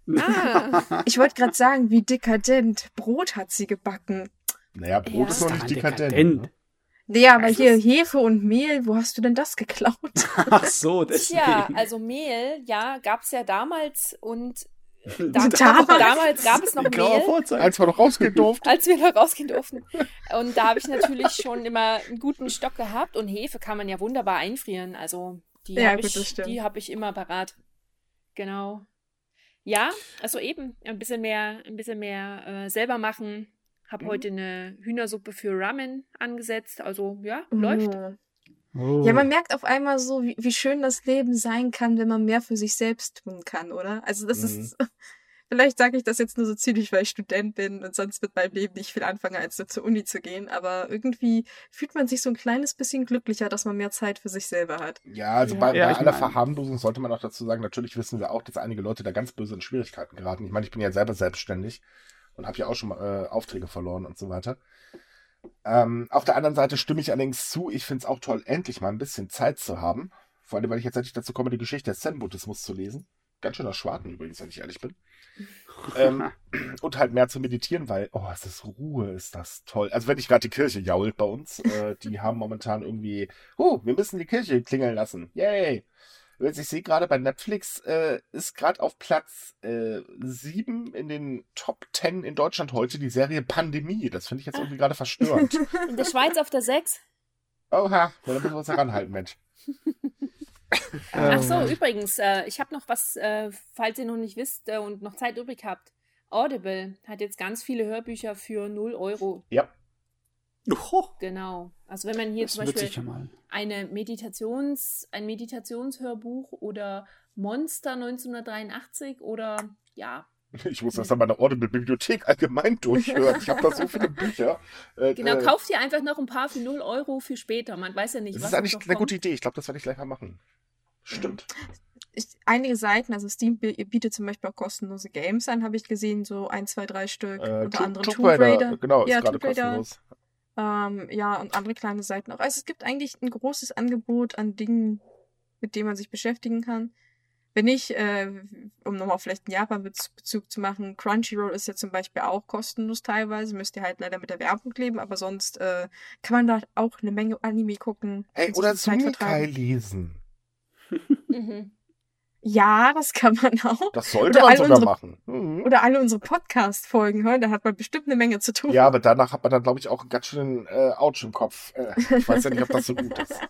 Ah. Ich wollte gerade sagen, wie dekadent. Brot hat sie gebacken. Naja, Brot Ja. ist noch Ist nicht doch dekadent. dekadent. Ne? Nee, aber Es hier ist- Hefe und Mehl, wo hast du denn das geklaut? Ach so, deswegen. Tja, also Mehl, ja, gab es ja damals und da, Damals? damals gab es noch Eine graue Mehl, Vorzeit. Als wir noch rausgehen durften. als wir noch rausgehen durften. Und da habe ich natürlich schon immer einen guten Stock gehabt und Hefe kann man ja wunderbar einfrieren. Also die Ja, habe gut, das ich, stimmt. die habe ich immer parat. Genau. Ja, also eben ein bisschen mehr, ein bisschen mehr äh, selber machen. Habe Mhm. heute eine Hühnersuppe für Ramen angesetzt. Also ja, läuft. Oh. Oh. Ja, man merkt auf einmal so, wie, wie schön das Leben sein kann, wenn man mehr für sich selbst tun kann, oder? Also das Mhm. ist, vielleicht sage ich das jetzt nur so zynisch, weil ich Student bin und sonst mit meinem Leben nicht viel anfange, als nur zur Uni zu gehen, aber irgendwie fühlt man sich so ein kleines bisschen glücklicher, dass man mehr Zeit für sich selber hat. Ja, also Ja. bei, Ja, bei ich aller meine- Verharmlosung sollte man auch dazu sagen, natürlich wissen wir auch, dass einige Leute da ganz böse in Schwierigkeiten geraten. Ich meine, ich bin ja selber selbstständig und habe ja auch schon mal äh, Aufträge verloren und so weiter. Ähm, auf der anderen Seite stimme ich allerdings zu, ich finde es auch toll, endlich mal ein bisschen Zeit zu haben. Vor allem, weil ich jetzt endlich dazu komme, die Geschichte des Zen-Buddhismus zu lesen. Ganz schöner Schwarten übrigens, wenn ich ehrlich bin. ähm, und halt mehr zu meditieren, weil, oh, es ist Ruhe, ist das toll. Also wenn nicht gerade die Kirche jault bei uns, äh, die haben momentan irgendwie, oh, wir müssen die Kirche klingeln lassen. Yay! Ich sehe gerade bei Netflix, äh, ist gerade auf Platz äh, sieben in den Top zehn in Deutschland heute die Serie Pandemie. Das finde ich jetzt irgendwie gerade verstörend. In der Schweiz auf der sechs. Oha, ja, da müssen wir uns heranhalten, Mensch. Ach so, Ähm, übrigens, äh, ich habe noch was, äh, falls ihr noch nicht wisst äh, und noch Zeit übrig habt. Audible hat jetzt ganz viele Hörbücher für null Euro. Ja, Oh, Genau. Also wenn man hier das zum wird Beispiel sicher mal. eine Meditations, ein Meditationshörbuch oder Monster neunzehnhundertdreiundachtzig oder ja, ich muss das dann meine Audible-Bibliothek allgemein durchhören. Ich habe da so viele Bücher. Äh, genau, äh, kauft ihr einfach noch ein paar für null Euro für später. Man weiß ja nicht, Das was ist eigentlich noch eine kommt. gute Idee. Ich glaube, das werde ich gleich mal machen. Stimmt. Ich, einige Seiten, also Steam bi- bietet zum Beispiel auch kostenlose Games an, habe ich gesehen, so ein, zwei, drei Stück. Äh, unter Tomb- anderem Tomb Tomb Raider, Raider. genau, ist Ja, gerade Tomb Raider. kostenlos. Ähm, ja, und andere kleine Seiten auch. Also es gibt eigentlich ein großes Angebot an Dingen, mit denen man sich beschäftigen kann. Wenn nicht, äh, um nochmal vielleicht einen Japan-Bezug zu machen, Crunchyroll ist ja zum Beispiel auch kostenlos teilweise, müsst ihr halt leider mit der Werbung leben, aber sonst äh, kann man da auch eine Menge Anime gucken. Hey, und sich oder die Zeit Sumikai vertreiben. lesen. Mhm. Ja, das kann man auch. Das sollte Oder man alle sogar unsere- machen. Mhm. Oder alle unsere Podcast-Folgen hören, da hat man bestimmt eine Menge zu tun. Ja, aber danach hat man dann, glaube ich, auch einen ganz schönen äh, Autsch im Kopf. Äh, ich weiß ja nicht, ob das so gut ist.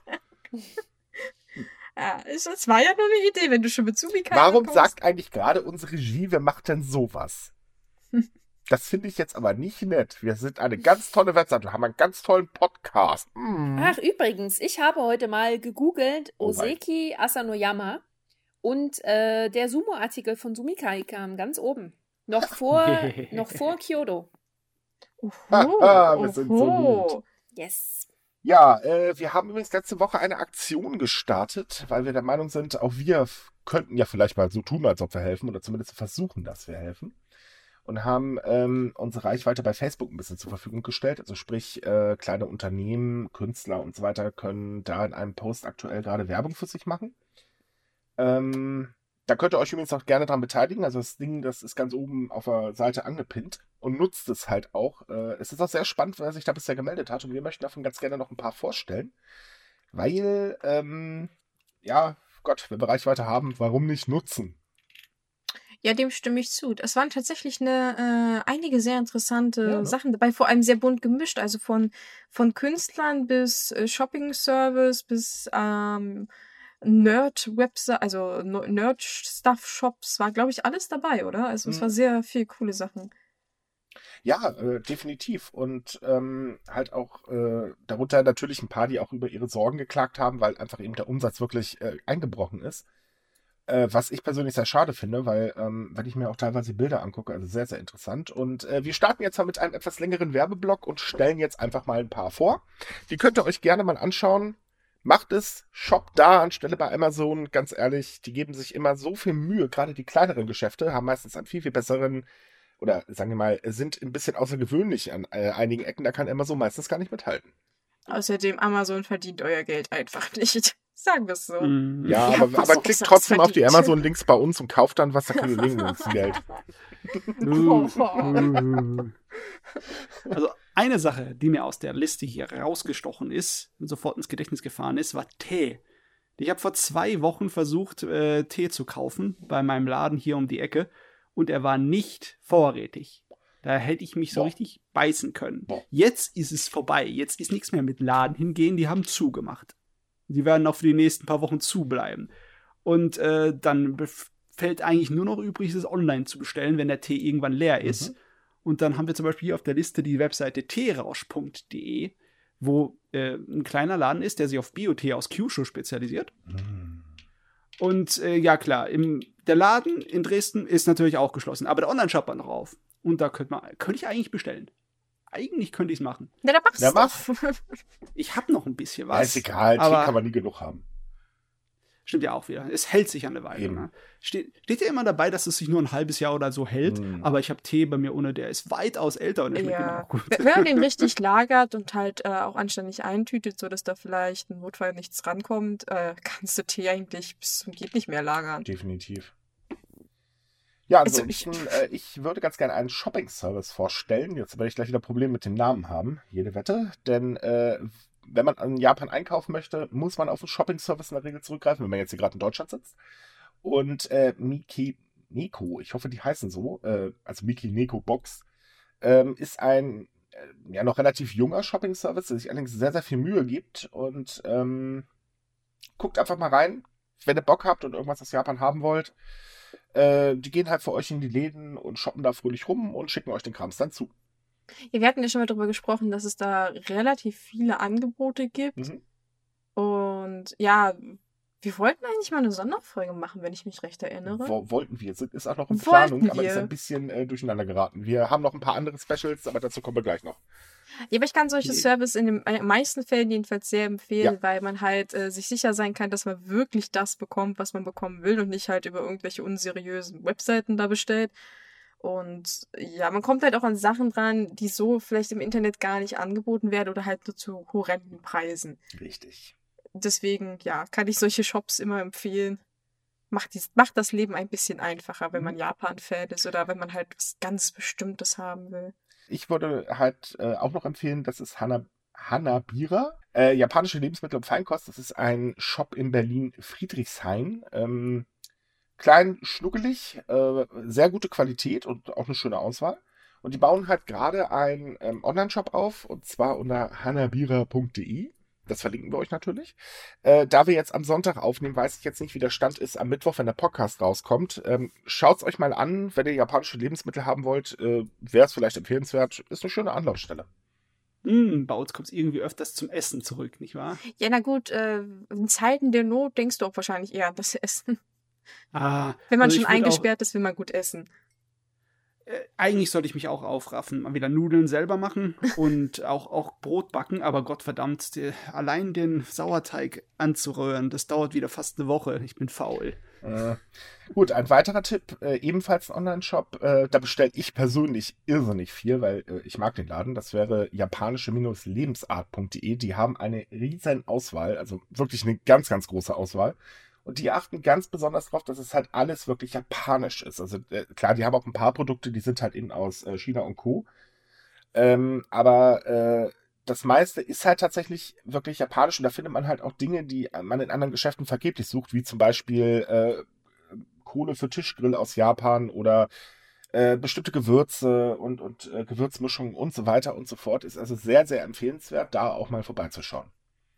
Ja, es es war ja nur eine Idee, wenn du schon mit Sumikai Warum kommst. sagt eigentlich gerade unsere Regie, wer macht denn sowas? Das finde ich jetzt aber nicht nett. Wir sind eine ganz tolle Webseite. Wir haben einen ganz tollen Podcast. Mhm. Ach, übrigens, ich habe heute mal gegoogelt Oh wei. Oseki Asanoyama und äh, der Sumo-Artikel von Sumikai kam ganz oben. Noch vor, noch vor Kyoto. Oho, Haha, wir sind so oho. Yes. Ja, äh, wir haben übrigens letzte Woche eine Aktion gestartet, weil wir der Meinung sind, auch wir f- könnten ja vielleicht mal so tun, als ob wir helfen oder zumindest versuchen, dass wir helfen. und haben ähm, unsere Reichweite bei Facebook ein bisschen zur Verfügung gestellt. Also sprich, äh, kleine Unternehmen, Künstler und so weiter können da in einem Post aktuell gerade Werbung für sich machen. Ähm, da könnt ihr euch übrigens auch gerne dran beteiligen. Also das Ding, das ist ganz oben auf der Seite angepinnt und nutzt es halt auch. Äh, es ist auch sehr spannend, wer sich da bisher gemeldet hat und wir möchten davon ganz gerne noch ein paar vorstellen. Weil, ähm, ja, Gott, wenn wir Reichweite haben, warum nicht nutzen? Ja, dem stimme ich zu. Es waren tatsächlich eine, äh, einige sehr interessante Ja, ne? Sachen dabei, vor allem sehr bunt gemischt. Also von, von Künstlern bis äh, Shopping-Service bis ähm, Nerd-Website, also No- Nerd-Stuff-Shops, war, glaube ich, alles dabei, oder? Also es war Mhm. sehr viel coole Sachen. Ja, äh, definitiv. Und ähm, halt auch äh, darunter natürlich ein paar, die auch über ihre Sorgen geklagt haben, weil einfach eben der Umsatz wirklich äh, eingebrochen ist. Äh, was ich persönlich sehr schade finde, weil ähm, wenn ich mir auch teilweise Bilder angucke, also sehr, sehr interessant. Und äh, wir starten jetzt mal mit einem etwas längeren Werbeblock und stellen jetzt einfach mal ein paar vor. Die könnt ihr euch gerne mal anschauen. Macht es, shoppt da anstelle bei Amazon. Ganz ehrlich, die geben sich immer so viel Mühe. Gerade die kleineren Geschäfte haben meistens einen viel, viel besseren, oder sagen wir mal, sind ein bisschen außergewöhnlich an äh, einigen Ecken. Da kann Amazon meistens gar nicht mithalten. Außerdem, Amazon verdient euer Geld einfach nicht. Sagen wir es so. Mm. Ja, Ihr aber, habt was aber klickt Besseres trotzdem auf die verdient. Amazon-Links bei uns und kauft dann was, da können wir legen uns Geld. Also eine Sache, die mir aus der Liste hier rausgestochen ist und sofort ins Gedächtnis gefahren ist, war Tee. Ich habe vor zwei Wochen versucht, äh, Tee zu kaufen bei meinem Laden hier um die Ecke und er war nicht vorrätig. Da hätte ich mich so Boah. richtig beißen können. Boah. Jetzt ist es vorbei. Jetzt ist nichts mehr mit Laden hingehen. Die haben zugemacht. Die werden auch für die nächsten paar Wochen zubleiben. Und äh, dann bef- fällt eigentlich nur noch übrig, es online zu bestellen, wenn der Tee irgendwann leer ist. Mhm. Und dann haben wir zum Beispiel hier auf der Liste die Webseite teerausch punkt de, wo äh, ein kleiner Laden ist, der sich auf Bio-Tee aus Kyushu spezialisiert. Mm. Und äh, ja klar, im, der Laden in Dresden ist natürlich auch geschlossen, aber der Online-Shop war noch auf. Und da könnte man, könnte ich eigentlich bestellen. Eigentlich könnte ich es machen. Ja, da mach's Ja, doch. Ich habe noch ein bisschen Ja, was. ist egal, Tee aber kann man nie genug haben. Stimmt ja auch wieder. Es hält sich eine Weile. Eben. Ne? Steht, steht ja immer dabei, dass es sich nur ein halbes Jahr oder so hält. Mm. Aber ich habe Tee bei mir ohne, der ist weitaus älter und der schmeckt immer Ja, noch gut. wenn man den richtig lagert und halt äh, auch anständig eintütet, sodass da vielleicht im Notfall nichts rankommt, äh, kannst du Tee eigentlich bis zum geht nicht mehr lagern. Definitiv. Ja, Also ansonsten, äh, ich würde ganz gerne einen Shopping-Service vorstellen. Jetzt werde ich gleich wieder Probleme mit dem Namen haben, jede Wette. Denn äh, wenn man in Japan einkaufen möchte, muss man auf einen Shopping-Service in der Regel zurückgreifen, wenn man jetzt hier gerade in Deutschland sitzt. Und äh, Miki Neko, ich hoffe, die heißen so, äh, also Miki Neko Box, ähm, ist ein äh, ja noch relativ junger Shopping-Service, der sich allerdings sehr, sehr viel Mühe gibt. Und ähm, guckt einfach mal rein, wenn ihr Bock habt und irgendwas aus Japan haben wollt. Äh, die gehen halt für euch in die Läden und shoppen da fröhlich rum und schicken euch den Krams dann zu. Ja, wir hatten ja schon mal darüber gesprochen, dass es da relativ viele Angebote gibt. Mhm. Und ja, wir wollten eigentlich mal eine Sonderfolge machen, wenn ich mich recht erinnere. Wo, wollten wir. Sind- Ist auch noch in Wollten Planung, aber wir. ist ein bisschen äh, durcheinander geraten. Wir haben noch ein paar andere Specials, aber dazu kommen wir gleich noch. Ja, aber ich kann solche Nee. Service in den äh, meisten Fällen jedenfalls sehr empfehlen, Ja. weil man halt äh, sich sicher sein kann, dass man wirklich das bekommt, was man bekommen will und nicht halt über irgendwelche unseriösen Webseiten da bestellt. Und ja, man kommt halt auch an Sachen dran, die so vielleicht im Internet gar nicht angeboten werden oder halt nur zu horrenden Preisen. Richtig. Deswegen, ja, kann ich solche Shops immer empfehlen. Macht, dies, macht das Leben ein bisschen einfacher, wenn man Japan-Fan ist oder wenn man halt was ganz Bestimmtes haben will. Ich würde halt äh, auch noch empfehlen, das ist Hana, Hanabira, äh, japanische Lebensmittel und Feinkost. Das ist ein Shop in Berlin-Friedrichshain. Ähm, klein, schnuckelig, äh, sehr gute Qualität und auch eine schöne Auswahl. Und die bauen halt gerade einen ähm, Online-Shop auf, und zwar unter hanabira punkt de. Das verlinken wir euch natürlich. Äh, da wir jetzt am Sonntag aufnehmen, weiß ich jetzt nicht, wie der Stand ist am Mittwoch, wenn der Podcast rauskommt. Ähm, Schaut es euch mal an, wenn ihr japanische Lebensmittel haben wollt, äh, wäre es vielleicht empfehlenswert. Ist eine schöne Anlaufstelle. Mm, bei uns kommt es irgendwie öfters zum Essen zurück, nicht wahr? Ja, na gut, äh, in Zeiten der Not denkst du auch wahrscheinlich eher an das Essen. Ah, Wenn man also ich schon würd eingesperrt ist, will man gut essen. Auch, äh, eigentlich sollte ich mich auch aufraffen, mal wieder Nudeln selber machen und auch, auch Brot backen, aber Gottverdammt, die, allein den Sauerteig anzurühren, das dauert wieder fast eine Woche. Ich bin faul. Äh, gut, ein weiterer Tipp, äh, ebenfalls ein Online-Shop. Äh, da bestelle ich persönlich irrsinnig viel, weil äh, ich mag den Laden. Das wäre japanische-lebensart punkt de. Die haben eine riesen Auswahl, also wirklich eine ganz, ganz große Auswahl. Und die achten ganz besonders darauf, dass es halt alles wirklich japanisch ist. Also äh, klar, die haben auch ein paar Produkte, die sind halt eben aus äh, China und Co. Ähm, aber äh, das meiste ist halt tatsächlich wirklich japanisch und da findet man halt auch Dinge, die man in anderen Geschäften vergeblich sucht, wie zum Beispiel äh, Kohle für Tischgrill aus Japan oder äh, bestimmte Gewürze und, und äh, Gewürzmischungen und so weiter und so fort. Ist also sehr, sehr empfehlenswert, da auch mal vorbeizuschauen.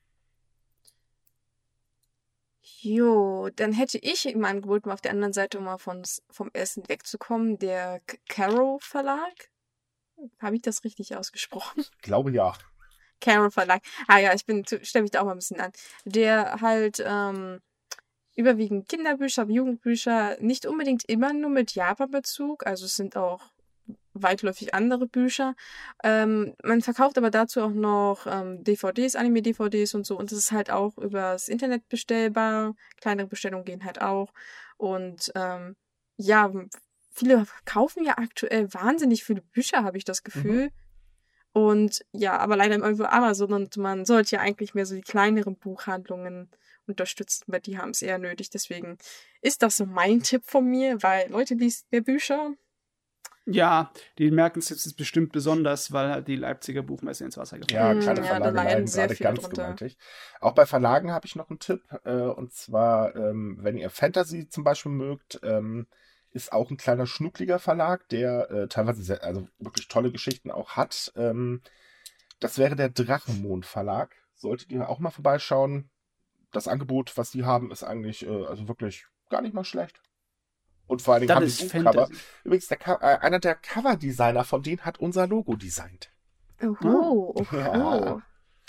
Jo, dann hätte ich im Angebot mal auf der anderen Seite, um mal von, vom Essen wegzukommen, der K- Caro Verlag. Habe ich das richtig ausgesprochen? Ich glaube ja. Caro Verlag. Ah ja, ich bin, stelle mich da auch mal ein bisschen an. Der halt ähm, überwiegend Kinderbücher, Jugendbücher, nicht unbedingt immer nur mit Japan-Bezug, also es sind auch weitläufig andere Bücher. Ähm, man verkauft aber dazu auch noch ähm, D V Ds, Anime-D V Ds und so. Und es ist halt auch übers Internet bestellbar. Kleinere Bestellungen gehen halt auch. Und ähm, ja, viele kaufen ja aktuell wahnsinnig viele Bücher, habe ich das Gefühl. Mhm. Und ja, aber leider irgendwo Amazon. Und man sollte ja eigentlich mehr so die kleineren Buchhandlungen unterstützen, weil die haben es eher nötig. Deswegen ist das so mein Tipp von mir, weil Leute, liest mehr Bücher. Ja, die merken es jetzt bestimmt besonders, weil halt die Leipziger Buchmesse ins Wasser gefallen Ja, ist. kleine Ja, Verlage da leiden leiden sehr gerade viele ganz drunter. gewaltig. Auch bei Verlagen habe ich noch einen Tipp. Äh, und zwar, ähm, wenn ihr Fantasy zum Beispiel mögt, ähm, ist auch ein kleiner schnuckliger Verlag, der äh, teilweise sehr, also wirklich tolle Geschichten auch hat. Ähm, das wäre der Drachenmond Verlag. Solltet ihr auch mal vorbeischauen. Das Angebot, was die haben, ist eigentlich äh, also wirklich gar nicht mal schlecht. Und vor allen Dingen Das haben ist die Buchcover. Fantasy. Übrigens, der, Co- äh, einer der Cover-Designer von denen hat unser Logo designt. Oho, oho. Ja.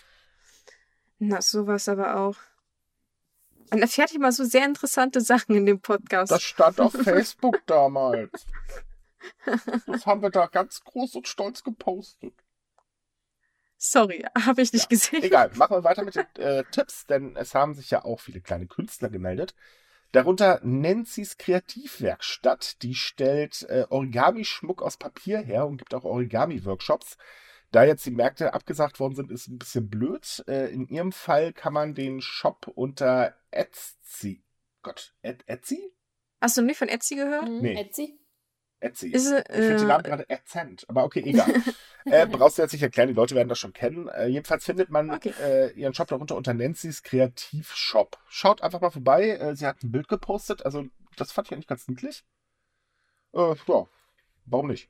Na, sowas aber auch. Man erfährt immer so sehr interessante Sachen in dem Podcast. Das stand auf Facebook damals. Das haben wir da ganz groß und stolz gepostet. Sorry, habe ich nicht Ja, gesehen. egal, machen wir weiter mit den äh, Tipps, denn es haben sich ja auch viele kleine Künstler gemeldet. Darunter Nancy's Kreativwerkstatt, die stellt äh, Origami-Schmuck aus Papier her und gibt auch Origami-Workshops. Da jetzt die Märkte abgesagt worden sind, ist ein bisschen blöd. Äh, in ihrem Fall kann man den Shop unter Etsy. Gott, Ed, Etsy? Hast du nicht von Etsy gehört? Mhm, Nee. Etsy? Etsy. Ist, ich finde äh, den Namen gerade Edzent, aber okay, egal. äh, brauchst du jetzt nicht erklären, die Leute werden das schon kennen. Äh, jedenfalls findet man Okay. äh, ihren Shop darunter unter Nancy's Kreativshop. Schaut einfach mal vorbei. Äh, sie hat ein Bild gepostet, also das fand ich eigentlich ganz niedlich. Äh, ja, warum nicht?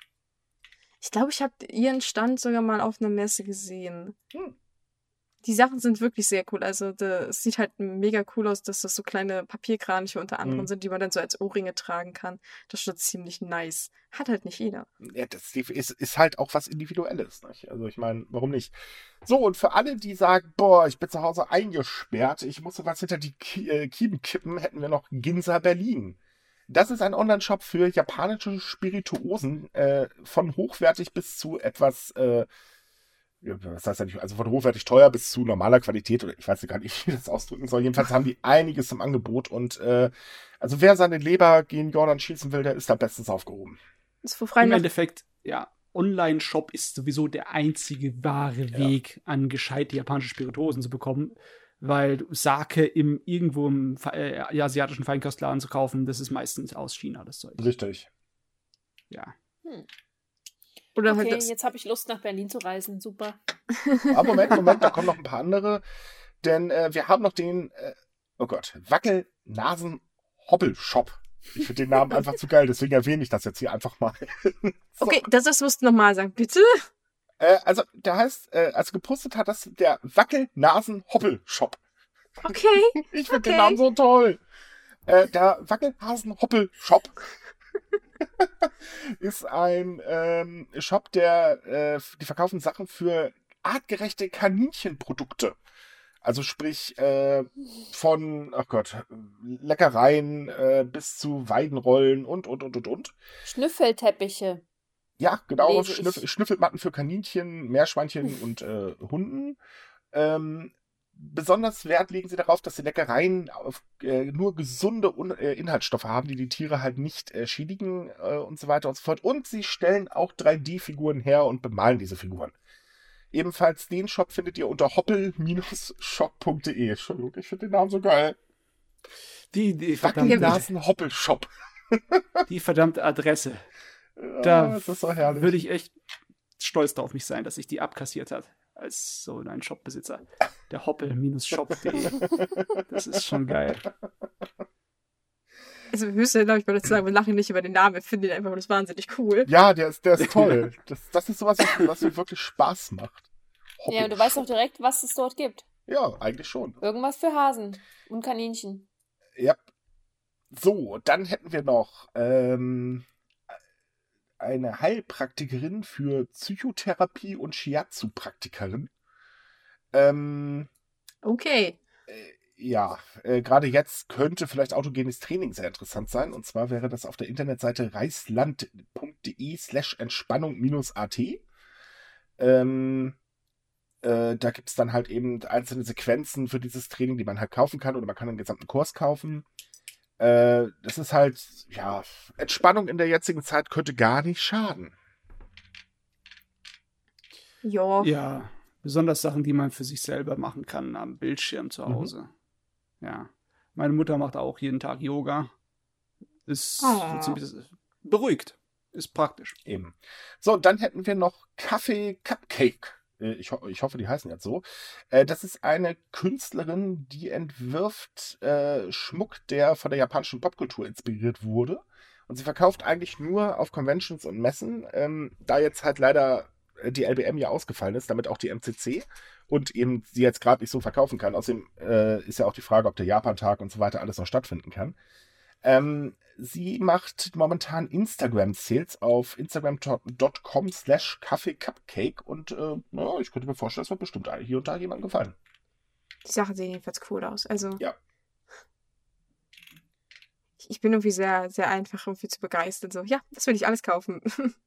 Ich glaube, ich habe ihren Stand sogar mal auf einer Messe gesehen. Hm. Die Sachen sind wirklich sehr cool. Also da- es sieht halt mega cool aus, dass das so kleine Papierkraniche unter anderem Mhm. sind, die man dann so als Ohrringe tragen kann. Das ist schon ziemlich nice. Hat halt nicht jeder. Ja, das ist, ist halt auch was Individuelles. Nicht? Also ich meine, warum nicht? So, und für alle, die sagen, boah, ich bin zu Hause eingesperrt, ich muss was hinter die Ki äh, Kiemen kippen, hätten wir noch Ginza Berlin. Das ist ein Online-Shop für japanische Spirituosen, äh, von hochwertig bis zu etwas, äh, ja, was heißt eigentlich, also von hochwertig teuer bis zu normaler Qualität, oder ich weiß gar nicht, wie ich das ausdrücken soll. Jedenfalls haben die einiges im Angebot und äh, also wer seine Leber gegen Jordan schießen will, der ist da bestens aufgehoben. Das ist vor frei Im nach Endeffekt, ja, Online-Shop ist sowieso der einzige wahre Ja. Weg, an gescheite japanische Spirituosen zu bekommen, weil Sake im, irgendwo im äh, asiatischen Feinkostladen zu kaufen, das ist meistens aus China, das Zeug. Richtig. Ja. Hm. Oder Okay, halt das. jetzt habe ich Lust, nach Berlin zu reisen. Super. Aber Moment, Moment, da kommen noch ein paar andere. Denn äh, wir haben noch den, äh, oh Gott, Wackel-Nasen-Hobbel-Shop. Ich finde den Namen einfach zu geil, deswegen erwähne ich das jetzt hier einfach mal. So. Okay, das, das musst du nochmal sagen, bitte. Äh, also, der heißt, äh, also gepostet hat das der Wackel-Nasen-Hobbel-Shop. Okay. Ich finde Okay. den Namen so toll. Äh, der Wackelhasen-Hoppel-Shop ist ein ähm, Shop, der äh, die verkaufen Sachen für artgerechte Kaninchenprodukte. Also sprich äh, von, ach Gott, Leckereien äh, bis zu Weidenrollen und, und, und, und, und. Schnüffelteppiche. Ja, genau, Lese ich. Schnüff Schnüffelmatten für Kaninchen, Meerschweinchen und äh, Hunden. Ähm, besonders Wert legen sie darauf, dass die Leckereien auf, äh, nur gesunde Un äh, Inhaltsstoffe haben, die die Tiere halt nicht äh, schädigen äh, und so weiter und so fort. Und sie stellen auch drei D-Figuren her und bemalen diese Figuren. Ebenfalls den Shop findet ihr unter hoppel shop punkt de. Entschuldigung, ich finde den Namen so geil. Die, die verdammte, Wackelnasen-Hoppel-Shop. die verdammte Adresse. Ja, Da das ist so herrlich. würde ich echt stolz auf mich sein, dass ich die abkassiert hat. Als so ein Shopbesitzer. Der hoppel-shop punkt de. Das ist schon geil. Also höchste, glaube ich, würde sagen, wir lachen nicht über den Namen, wir finden ihn einfach nur wahnsinnig cool. Ja, der ist, der ist toll. Das, das ist sowas, was mir wirklich Spaß macht. Ja, und du weißt doch direkt, was es dort gibt. Ja, eigentlich schon. Irgendwas für Hasen und Kaninchen. Ja. So, dann hätten wir noch ähm, eine Heilpraktikerin für Psychotherapie und Shiatsu-Praktikerin. Ähm, Okay. äh, ja, äh, gerade jetzt könnte vielleicht autogenes Training sehr interessant sein. Und zwar wäre das auf der Internetseite reisland punkt de slash entspannung minus at. Ähm, äh, da gibt es dann halt eben einzelne Sequenzen für dieses Training, die man halt kaufen kann, oder man kann einen gesamten Kurs kaufen. Äh, das ist halt, ja, Entspannung in der jetzigen Zeit könnte gar nicht schaden. Ja. Ja, besonders Sachen, die man für sich selber machen kann am Bildschirm zu Hause. Mhm. Ja. Meine Mutter macht auch jeden Tag Yoga. Ist Oh. so ziemlich beruhigt. Ist praktisch. Eben. So, und dann hätten wir noch Kaffee Cupcake. Äh, Ich, ho ich hoffe, die heißen jetzt so. Äh, das ist eine Künstlerin, die entwirft äh, Schmuck, der von der japanischen Popkultur inspiriert wurde. Und sie verkauft eigentlich nur auf Conventions und Messen. Ähm, da jetzt halt leider die L B M ja ausgefallen ist, damit auch die M C C und eben sie jetzt gerade nicht so verkaufen kann. Außerdem äh, ist ja auch die Frage, ob der Japan-Tag und so weiter alles noch stattfinden kann. Ähm, sie macht momentan Instagram-Sales auf instagram punkt com slash kaffeecupcake und äh, naja, ich könnte mir vorstellen, das wird bestimmt hier und da jemandem gefallen. Die Sachen sehen jedenfalls cool aus. Also. Ja. Ich, ich bin irgendwie sehr, sehr einfach irgendwie zu begeistern. So, ja, das will ich alles kaufen.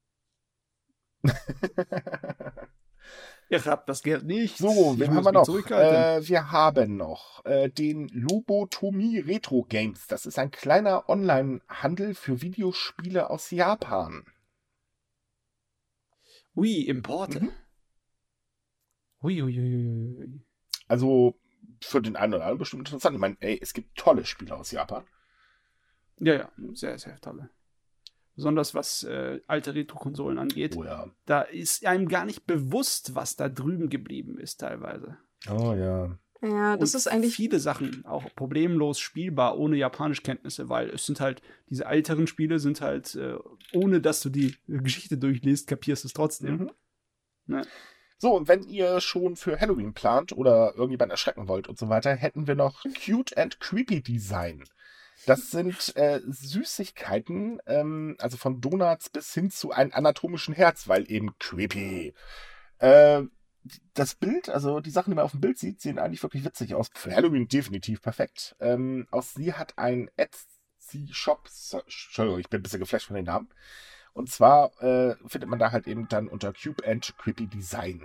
Ihr habt das Geld nicht. So, Ich wen muss haben wir mich noch? zurückhalten. Äh, wir haben noch äh, den Lobotomie Retro Games. Das ist ein kleiner Online-Handel für Videospiele aus Japan. Ui, Importe. Mhm. Ui, ui, ui, ui, ui. Also für den einen oder anderen bestimmt interessant. Ich meine, ey, es gibt tolle Spiele aus Japan. Ja, ja, sehr, sehr tolle. Besonders was äh, alte Retro-Konsolen angeht. Oh ja. Da ist einem gar nicht bewusst, was da drüben geblieben ist teilweise. Oh ja. Ja, das Und ist eigentlich. viele Sachen auch problemlos spielbar, ohne Japanischkenntnisse, weil es sind halt, diese älteren Spiele sind halt, äh, ohne dass du die äh, Geschichte durchliest, kapierst du es trotzdem. Mhm. Ne? So, und wenn ihr schon für Halloween plant oder irgendjemanden erschrecken wollt und so weiter, hätten wir noch Cute and Creepy Design. Das sind äh, Süßigkeiten, ähm, also von Donuts bis hin zu einem anatomischen Herz, weil eben creepy. Äh, das Bild, also die Sachen, die man auf dem Bild sieht, sehen eigentlich wirklich witzig aus. Für Halloween definitiv perfekt. Ähm, aus sie hat ein Etsy-Shop, Entschuldigung, ich bin ein bisschen geflasht von den Namen. Und zwar äh, findet man da halt eben dann unter Cube and Creepy Design.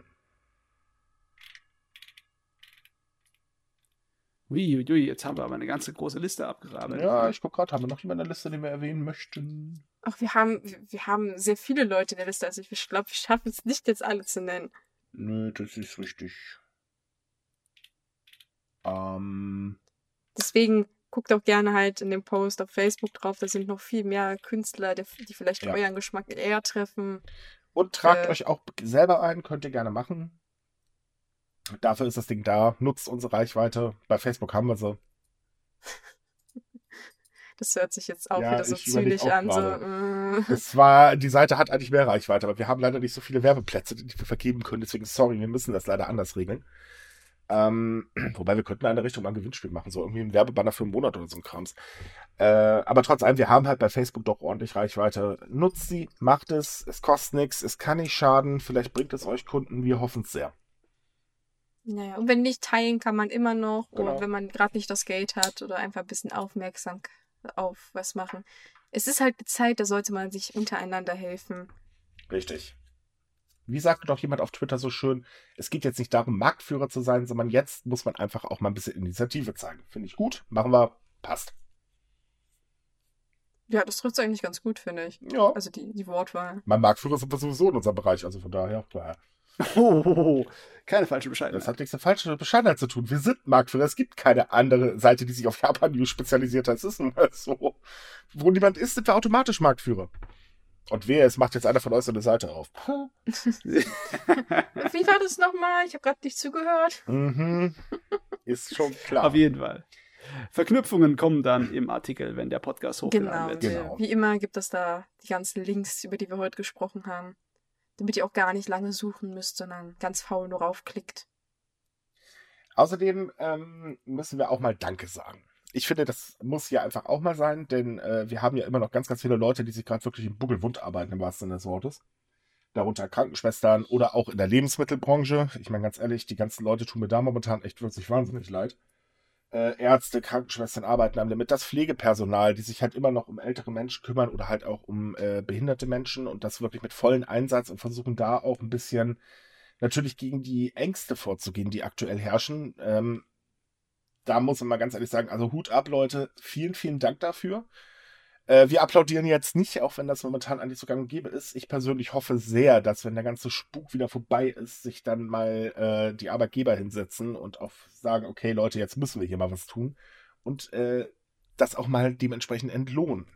Uiuiui, jetzt haben wir aber eine ganze große Liste abgearbeitet. Ja, ich gucke gerade, haben wir noch jemanden in der Liste, den wir erwähnen möchten? Ach, wir haben, wir, wir haben sehr viele Leute in der Liste. Also ich glaube, wir schaffen es nicht, jetzt alle zu nennen. Nö, das ist richtig. Ähm, Deswegen guckt auch gerne halt in dem Post auf Facebook drauf. Da sind noch viel mehr Künstler, die, die vielleicht Ja. euren Geschmack eher treffen. und tragt Äh. euch auch selber ein, könnt ihr gerne machen. Dafür ist das Ding da. Nutzt unsere Reichweite. Bei Facebook haben wir sie. Das hört sich jetzt auch Ja, wieder so ich überleg zynisch auch an. So, gerade. äh. Es war, die Seite hat eigentlich mehr Reichweite, aber wir haben leider nicht so viele Werbeplätze, die wir vergeben können. Deswegen, sorry, wir müssen das leider anders regeln. Ähm, wobei wir könnten in der Richtung mal ein Gewinnspiel machen, so irgendwie ein Werbebanner für einen Monat oder so ein Krams. Äh, aber trotz allem, wir haben halt bei Facebook doch ordentlich Reichweite. Nutzt sie, macht es, es kostet nichts, es kann nicht schaden, vielleicht bringt es euch Kunden, wir hoffen es sehr. Naja, und wenn nicht, teilen kann man immer noch. Genau. Oder wenn man gerade nicht das Geld hat oder einfach ein bisschen aufmerksam auf was machen. Es ist halt eine Zeit, da sollte man sich untereinander helfen. Richtig. Wie sagte doch jemand auf Twitter so schön, es geht jetzt nicht darum, Marktführer zu sein, sondern jetzt muss man einfach auch mal ein bisschen Initiative zeigen. Finde ich gut, machen wir, passt. Ja, das trifft es eigentlich ganz gut, finde ich. Ja. Also die, die Wortwahl. Mein Marktführer sind wir sowieso in unserem Bereich, also von daher, klar. Oh, oh, oh. Keine falsche Bescheidenheit. Das hat nichts mit falscher Bescheidenheit zu tun. Wir sind Marktführer. Es gibt keine andere Seite, die sich auf Japan-News spezialisiert hat. Es ist nun mal so. Wo niemand ist, sind wir automatisch Marktführer. Und wer, es macht jetzt einer von euch so eine Seite auf. Wie war das nochmal? Ich habe gerade nicht zugehört. Mhm. Ist schon klar. Auf jeden Fall. Verknüpfungen kommen dann im Artikel, wenn der Podcast hochgeladen Genau, wird. Genau. Wie immer gibt es da die ganzen Links, über die wir heute gesprochen haben. Damit ihr auch gar nicht lange suchen müsst, sondern ganz faul nur raufklickt. Außerdem ähm, müssen wir auch mal Danke sagen. Ich finde, das muss hier einfach auch mal sein, denn äh, wir haben ja immer noch ganz, ganz viele Leute, die sich gerade wirklich im Buckelwund arbeiten, im wahrsten Sinne des Wortes. Darunter Krankenschwestern oder auch in der Lebensmittelbranche. Ich meine, ganz ehrlich, die ganzen Leute tun mir da momentan echt wirklich wahnsinnig leid. Äh, Ärzte, Krankenschwestern arbeiten am Limit. Das Pflegepersonal, die sich halt immer noch um ältere Menschen kümmern oder halt auch um äh, behinderte Menschen und das wirklich mit vollen Einsatz und versuchen da auch ein bisschen natürlich gegen die Ängste vorzugehen, die aktuell herrschen. Ähm, da muss man mal ganz ehrlich sagen, also Hut ab, Leute. Vielen, vielen Dank dafür. Äh, wir applaudieren jetzt nicht, auch wenn das momentan eigentlich so gang und gäbe ist. Ich persönlich hoffe sehr, dass, wenn der ganze Spuk wieder vorbei ist, sich dann mal äh, die Arbeitgeber hinsetzen und auch sagen, okay, Leute, jetzt müssen wir hier mal was tun. Und äh, das auch mal dementsprechend entlohnen.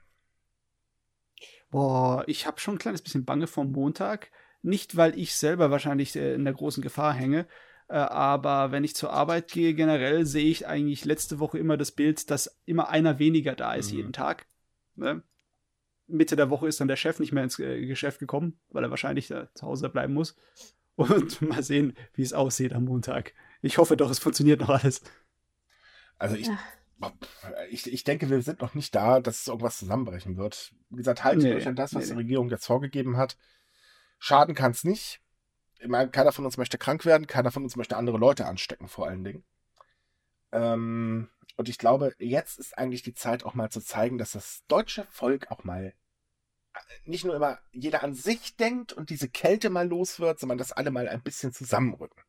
Boah, ich habe schon ein kleines bisschen Bange vom Montag. Nicht, weil ich selber wahrscheinlich äh, in der großen Gefahr hänge, äh, aber wenn ich zur Arbeit gehe, generell sehe ich eigentlich letzte Woche immer das Bild, dass immer einer weniger da ist Mhm. jeden Tag. Ne? Mitte der Woche ist dann der Chef nicht mehr ins äh, Geschäft gekommen, weil er wahrscheinlich da zu Hause bleiben muss. Und mal sehen, wie es aussieht am Montag. Ich hoffe doch, es funktioniert noch alles. Also ich, Ja. ich, ich denke, wir sind noch nicht da, dass irgendwas zusammenbrechen wird. Wie gesagt, haltet Nee, euch an das, was nee, die nee. Regierung jetzt vorgegeben hat. Schaden kann es nicht. Ich meine, keiner von uns möchte krank werden, keiner von uns möchte andere Leute anstecken, vor allen Dingen. Ähm, und ich glaube, jetzt ist eigentlich die Zeit, auch mal zu zeigen, dass das deutsche Volk auch mal nicht nur immer jeder an sich denkt und diese Kälte mal los wird, sondern dass alle mal ein bisschen zusammenrücken.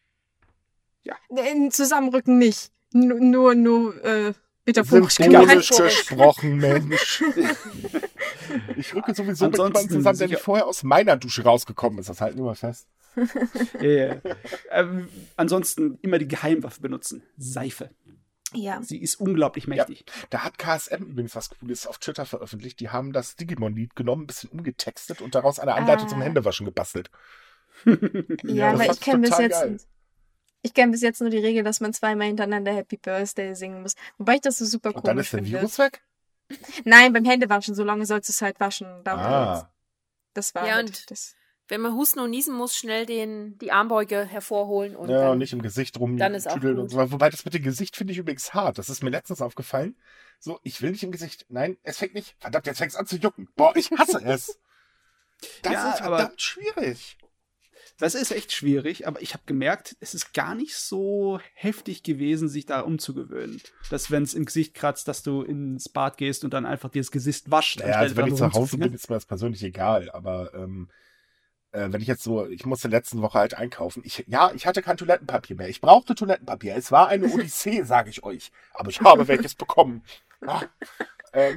Nee, Zusammenrücken nicht. Nur, nur, nur äh, metaphorisch Symbolisch gemeint. gesprochen, Mensch. Ich rücke sowieso mit jemandem Ansonsten zusammen, der sicher- nicht vorher aus meiner Dusche rausgekommen ist. Das halten wir mal fest. Ja, ja. ähm, ansonsten immer die Geheimwaffe benutzen. Seife. Ja. Sie ist unglaublich mächtig. Da hat K S M übrigens was Cooles auf Twitter veröffentlicht. Die haben das Digimon-Lied genommen, ein bisschen umgetextet und daraus eine Anleitung Ah. zum Händewaschen gebastelt. Ja, das aber fand ich kenne bis total jetzt. geil. Ich kenne bis jetzt nur die Regel, dass man zweimal hintereinander Happy Birthday singen muss. Wobei ich das so super Und dann komisch ist der finde. Virus weg? Nein, beim Händewaschen, so lange sollst du es halt waschen. Dauert Ah. Das war Ja, halt und das. Wenn man husten und niesen muss, schnell den, die Armbeuge hervorholen und Ja, dann, und nicht im Gesicht dann ist auch rumtüdeln und gut. so. Wobei das mit dem Gesicht finde ich übrigens hart. Das ist mir letztens aufgefallen. So, ich will nicht im Gesicht. Nein, es fängt nicht. Verdammt, jetzt fängt es an zu jucken. Boah, ich hasse es. Das Ja, ist aber- verdammt schwierig. Das ist echt schwierig, aber ich habe gemerkt, es ist gar nicht so heftig gewesen, sich da umzugewöhnen. Dass, wenn es im Gesicht kratzt, dass du ins Bad gehst und dann einfach dir das Gesicht wascht. Ja, anstelle also wenn da ich so zu Hause rumzufingern. bin, ist mir das persönlich egal. Aber ähm, äh, wenn ich jetzt so, ich musste letzten Woche halt einkaufen. Ich, ja, ich hatte kein Toilettenpapier mehr. Ich brauchte Toilettenpapier. Es war eine Odyssee, sage ich euch. Aber ich habe welches bekommen. Ah, ähm,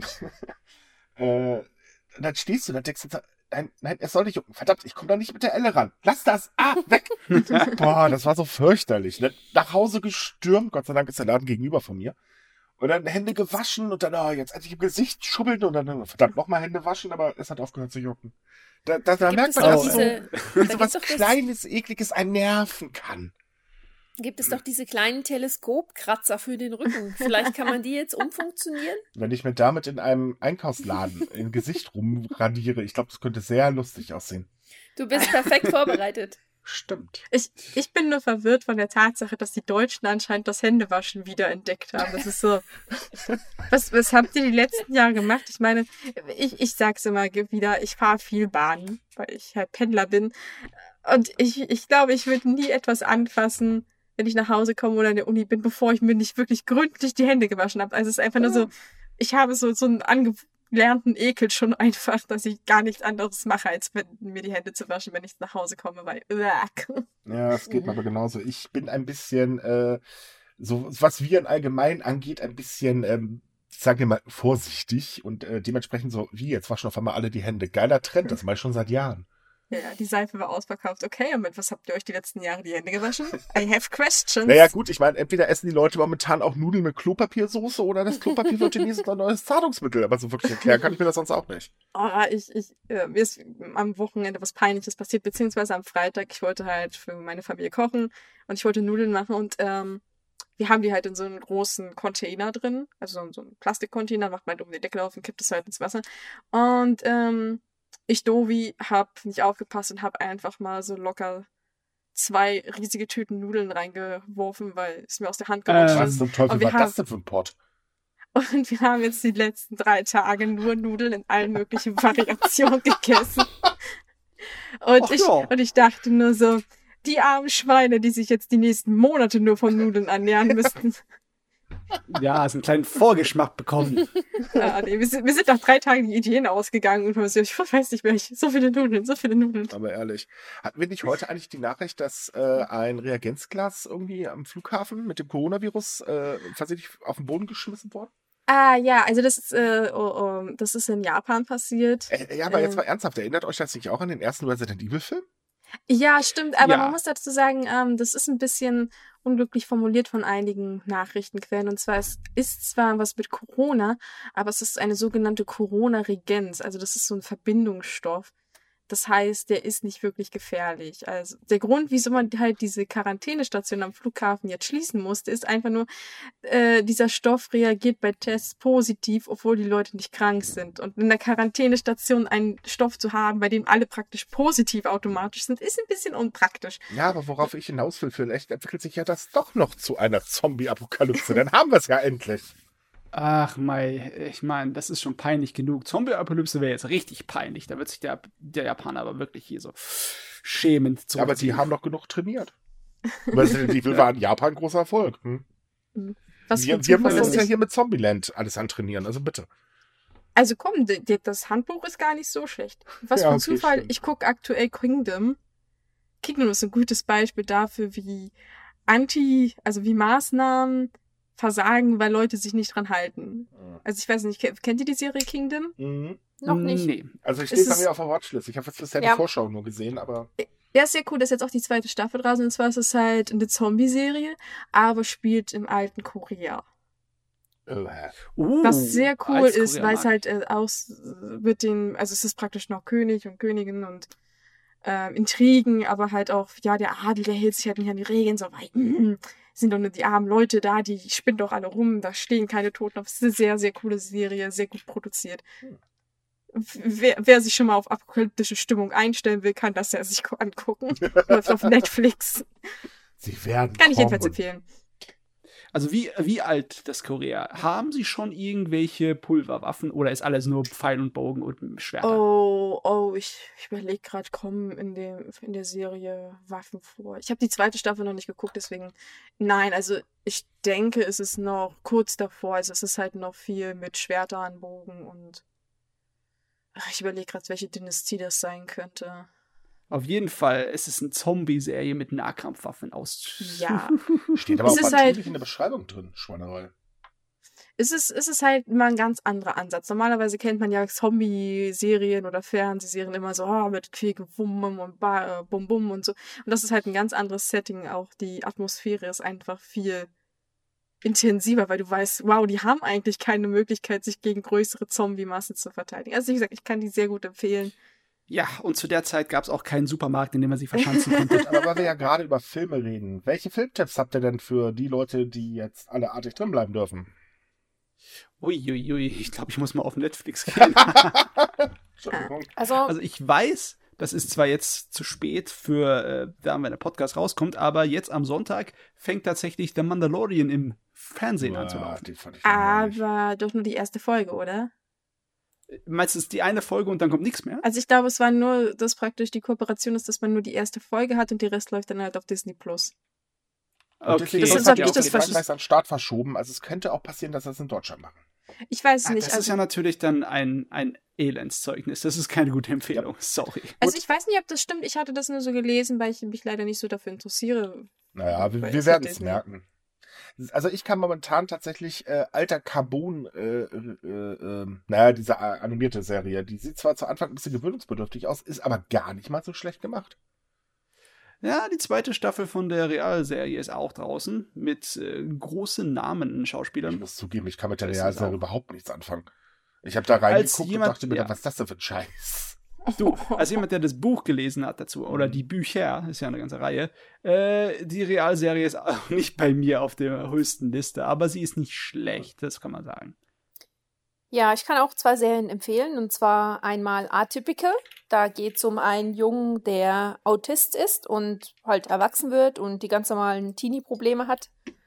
äh, und dann stehst du da, denkst du, nein, nein, es soll nicht jucken. Verdammt, ich komme da nicht mit der Elle ran. Lass das. Ah, weg. Boah, das war so fürchterlich. Ne? Nach Hause gestürmt. Gott sei Dank ist der Laden gegenüber von mir. Und dann Hände gewaschen und dann, oh, jetzt endlich im Gesicht schubbeln und dann, verdammt, nochmal Hände waschen, aber es hat aufgehört zu jucken. Da, da, da Gibt merkt es man, doch dass auch, so, diese, wie da so gibt was doch das- Kleines, Ekliges einen nerven kann. gibt es doch diese kleinen Teleskopkratzer für den Rücken. Vielleicht kann man die jetzt umfunktionieren? Wenn ich mir damit in einem Einkaufsladen im Gesicht rumradiere, ich glaube, das könnte sehr lustig aussehen. Du bist perfekt vorbereitet. Stimmt. Ich, ich bin nur verwirrt von der Tatsache, dass die Deutschen anscheinend das Händewaschen wieder entdeckt haben. Das ist so. Was, was habt ihr die letzten Jahre gemacht? Ich meine, ich, ich sag's immer wieder, ich fahre viel Bahn, weil ich halt Pendler bin. Und ich, ich glaube, ich würde nie etwas anfassen, wenn ich nach Hause komme oder in der Uni bin, bevor ich mir nicht wirklich gründlich die Hände gewaschen habe. Also es ist einfach nur so, ich habe so, so ein Ange lernten ekelt schon einfach, dass ich gar nichts anderes mache, als wenn, mir die Hände zu waschen, wenn ich nach Hause komme, weil uah. Ja, es geht mir aber genauso. Ich bin ein bisschen, äh, so was Viren allgemein angeht, ein bisschen, ähm, sagen wir mal, vorsichtig und äh, dementsprechend so, wie, jetzt waschen auf einmal alle die Hände. Geiler Trend, das mache ich schon seit Jahren. Ja, die Seife war ausverkauft. Okay, und mit was habt ihr euch die letzten Jahre die Hände gewaschen? I have questions. Naja, gut, ich meine, entweder essen die Leute momentan auch Nudeln mit Klopapiersoße oder das Klopapier wird demnächst ein neues Zahlungsmittel. Aber so wirklich erklären kann ich mir das sonst auch nicht. Oh, ich, ich, äh, mir ist am Wochenende was Peinliches passiert, beziehungsweise am Freitag. Ich wollte halt für meine Familie kochen und ich wollte Nudeln machen und ähm, wir haben die halt in so einem großen Container drin, also so, so einen Plastikcontainer, macht man halt um den Deckel auf und kippt es halt ins Wasser. Und ähm, ich, Dovi, hab nicht aufgepasst und hab einfach mal so locker zwei riesige Tüten Nudeln reingeworfen, weil es mir aus der Hand gerutscht Was ist. zum Teufel Und wir war das haben- denn für ein Pott? Und wir haben jetzt die letzten drei Tage nur Nudeln in allen möglichen Variationen gegessen. Und, Ach ich, ja. und ich dachte nur so, die armen Schweine, die sich jetzt die nächsten Monate nur von Nudeln ernähren müssten. Ja, hast einen kleinen Vorgeschmack bekommen. Ja, nee, wir, sind, wir sind nach drei Tagen die Ideen ausgegangen und wir so, ich weiß nicht mehr, ich, so viele Nudeln, so viele Nudeln. Aber ehrlich, hatten wir nicht heute eigentlich die Nachricht, dass äh, ein Reagenzglas irgendwie am Flughafen mit dem Coronavirus äh, versehentlich auf den Boden geschmissen worden? Ah ja, also das ist, äh, oh, oh, das ist in Japan passiert. Äh, ja, aber jetzt Ähm. mal ernsthaft, erinnert euch das nicht auch an den ersten Resident Evil Film? Ja, stimmt, aber Ja. man muss dazu sagen, ähm, das ist ein bisschen unglücklich formuliert von einigen Nachrichtenquellen. Und zwar, es ist zwar was mit Corona, aber es ist eine sogenannte Corona-Regens. Also das ist so ein Verbindungsstoff. Das heißt, der ist nicht wirklich gefährlich. Also der Grund, wieso man halt diese Quarantänestation am Flughafen jetzt schließen musste, ist einfach nur, äh, dieser Stoff reagiert bei Tests positiv, obwohl die Leute nicht krank sind. Und in der Quarantänestation einen Stoff zu haben, bei dem alle praktisch positiv automatisch sind, ist ein bisschen unpraktisch. Ja, aber worauf ich hinaus will, vielleicht entwickelt sich ja das doch noch zu einer Zombie-Apokalypse. Dann haben wir es ja endlich. Ach mei, ich meine, das ist schon peinlich genug. Zombie-Apokalypse wäre jetzt richtig peinlich. Da wird sich der, der Japaner aber wirklich hier so schämend Ja, aber zurückziehen. die haben doch genug trainiert. Resident Evil war in Japan ein großer Erfolg. Hm? Was für Wir, ein wir Zufall müssen das uns ja ist. hier mit Zombieland alles antrainieren, also bitte. Also komm, d- d- das Handbuch ist gar nicht so schlecht. Was Ja, für ein okay, Zufall. stimmt. Ich gucke aktuell Kingdom. Kingdom ist ein gutes Beispiel dafür, wie Anti, also wie Maßnahmen versagen, weil Leute sich nicht dran halten. Also ich weiß nicht, ke- kennt ihr die Serie Kingdom? Mhm. Noch nicht. Nee. Also ich Es stehe bei ist- mir auf der Watchlist. Ich habe jetzt bisher Ja. die Vorschau nur gesehen, aber Ja, ist sehr cool, dass jetzt auch die zweite Staffel draußen ist. Und zwar ist es halt eine Zombie-Serie, aber spielt im alten Korea. äh, Uh, Was sehr cool als ist, weil es Koreaner. halt äh, aus mit den, also es ist praktisch noch König und Königin und äh, Intrigen, aber halt auch, ja, der Adel, der hält sich halt nicht an die Regeln, so, weil, mm, sind doch nur die armen Leute da, die spinnen doch alle rum, da stehen keine Toten auf. Es ist eine sehr, sehr coole Serie, sehr gut produziert. Wer, wer sich schon mal auf apokalyptische Stimmung einstellen will, kann das ja sich angucken. Läuft auf Netflix. sie werden Kann ich kommen. jedenfalls empfehlen. Also wie, wie alt das Korea? Haben sie schon irgendwelche Pulverwaffen oder ist alles nur Pfeil und Bogen und Schwerter? Oh, oh, ich, ich überlege gerade, kommen in, dem, in der Serie Waffen vor. Ich habe die zweite Staffel noch nicht geguckt, deswegen. Nein, also ich denke, es ist noch kurz davor. Also es ist halt noch viel mit Schwertern, Bogen und. Ach, ich überlege gerade, welche Dynastie das sein könnte. Auf jeden Fall, es ist eine Zombie-Serie mit Nahkampfwaffen aus. Ja. Steht aber Es auch ist natürlich halt- in der Beschreibung drin, Schweinerei. Es ist, es ist halt mal ein ganz anderer Ansatz. Normalerweise kennt man ja Zombie-Serien oder Fernsehserien immer so, oh, mit viel Gewumm und ba äh, Bum Bum und so. Und das ist halt ein ganz anderes Setting. Auch die Atmosphäre ist einfach viel intensiver, weil du weißt, wow, die haben eigentlich keine Möglichkeit, sich gegen größere Zombie-Massen zu verteidigen. Also wie gesagt, ich kann die sehr gut empfehlen. Ja, und zu der Zeit gab es auch keinen Supermarkt, in dem man sie verschanzen konnte. Aber weil wir ja gerade über Filme reden, welche Filmtipps habt ihr denn für die Leute, die jetzt alle artig drin bleiben dürfen? Uiuiui, ui, ich glaube, ich muss mal auf Netflix gehen. Entschuldigung. Also, Also ich weiß, das ist zwar jetzt zu spät für, äh, wenn der Podcast rauskommt, aber jetzt am Sonntag fängt tatsächlich der Mandalorian im Fernsehen an zu Boah, laufen. den fand ich langweilig. Aber doch nur die erste Folge, oder? Meinst du, es ist die eine Folge und dann kommt nichts mehr? Also ich glaube, es war nur, dass praktisch die Kooperation ist, dass man nur die erste Folge hat und die Rest läuft dann halt auf Disney Plus. Und Disney Das Plus ist, hat hab ja ich auch das den verstanden. Frankreich an den Start verschoben, also es könnte auch passieren, dass sie es in Deutschland machen. Ich weiß Ah, nicht. das also, ist ja natürlich dann ein, ein Elendszeugnis. Das ist keine gute Empfehlung. Sorry. also ich weiß nicht, ob das stimmt. Ich hatte das nur so gelesen, weil ich mich leider nicht so dafür interessiere. Naja, wir, Weil wir es werden halt es Disney. merken. Also ich kann momentan tatsächlich äh, alter Carbon, äh, äh, äh, naja, diese äh, animierte Serie, die sieht zwar zu Anfang ein bisschen gewöhnungsbedürftig aus, ist aber gar nicht mal so schlecht gemacht. Ja, die zweite Staffel von der Realserie ist auch draußen mit äh, großen Namen Ich Schauspielern. muss zugeben, ich kann mit der Das ist Realserie auch- überhaupt nichts anfangen. Ich habe da Als reingeguckt und jemand- dachte mir, ja. dann, was ist das denn für ein Scheiß? Du, als jemand, der das Buch gelesen hat dazu, oder Mhm. die Bücher, ist ja eine ganze Reihe, äh, die Realserie ist auch nicht bei mir auf der höchsten Liste, aber sie ist nicht schlecht, das kann man sagen. Ja, ich kann auch zwei Serien empfehlen. Und zwar einmal Atypical. Da geht es um einen Jungen, der Autist ist und halt erwachsen wird und die ganz normalen Teenie-Probleme hat.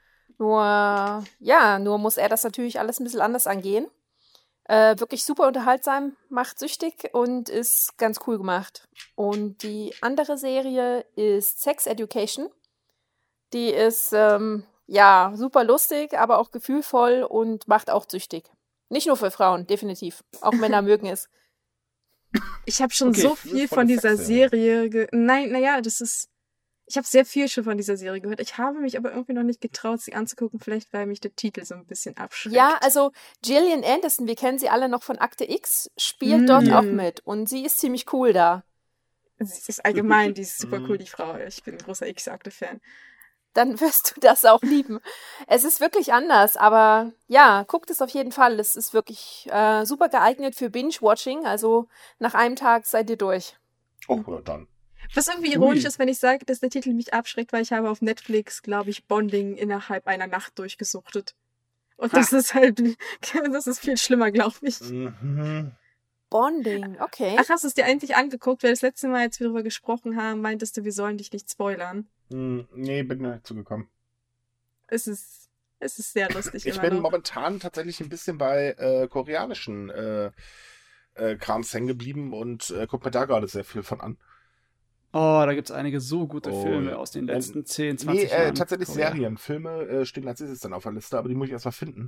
Nur, ja, nur muss er das natürlich alles ein bisschen anders angehen. Äh, wirklich super unterhaltsam, macht süchtig und ist ganz cool gemacht. Und die andere Serie ist Sex Education. Die ist, ähm, ja, super lustig, aber auch gefühlvoll und macht auch süchtig. Nicht nur für Frauen, definitiv. Auch Männer mögen es. Ich habe schon Okay, so das ist viel voll von eine dieser Sexserie. Serie. Ge Nein, naja, das ist. Ich habe sehr viel schon von dieser Serie gehört. Ich habe mich aber irgendwie noch nicht getraut, sie anzugucken. Vielleicht, weil mich der Titel so ein bisschen abschreckt. Ja, also Gillian Anderson, wir kennen sie alle noch von Akte X, spielt Mm. dort auch mit. Und sie ist ziemlich cool da. Sie ist allgemein, die ist super Mhm. cool, die Frau. Ich bin ein großer X-Akte-Fan. Dann wirst du das auch lieben. Es ist wirklich anders, aber ja, guckt es auf jeden Fall. Es ist wirklich äh, super geeignet für Binge-Watching. Also nach einem Tag seid ihr durch. Oh, ja, dann. Was irgendwie ironisch Ui. ist, wenn ich sage, dass der Titel mich abschreckt, weil ich habe auf Netflix, glaube ich, Bonding innerhalb einer Nacht durchgesuchtet. Und Ha. das ist halt, das ist viel schlimmer, glaube ich. Mhm. Bonding, okay. Ach, hast du es dir eigentlich angeguckt? Weil das letzte Mal, als wir darüber gesprochen haben, meintest du, wir sollen dich nicht spoilern. Hm, Nee, bin nicht zugekommen. Es ist, es ist sehr lustig Ich immer bin noch. momentan tatsächlich ein bisschen bei äh, koreanischen äh, äh, Krams hängen geblieben und äh, guck mir da gerade sehr viel von an. Oh, da gibt es einige so gute Oh, Filme aus den äh, letzten zehn, Nee, zwanzig äh, Jahren. tatsächlich Korea. Serien. Filme äh, stehen als nächstes dann auf der Liste, aber die muss ich erst mal finden.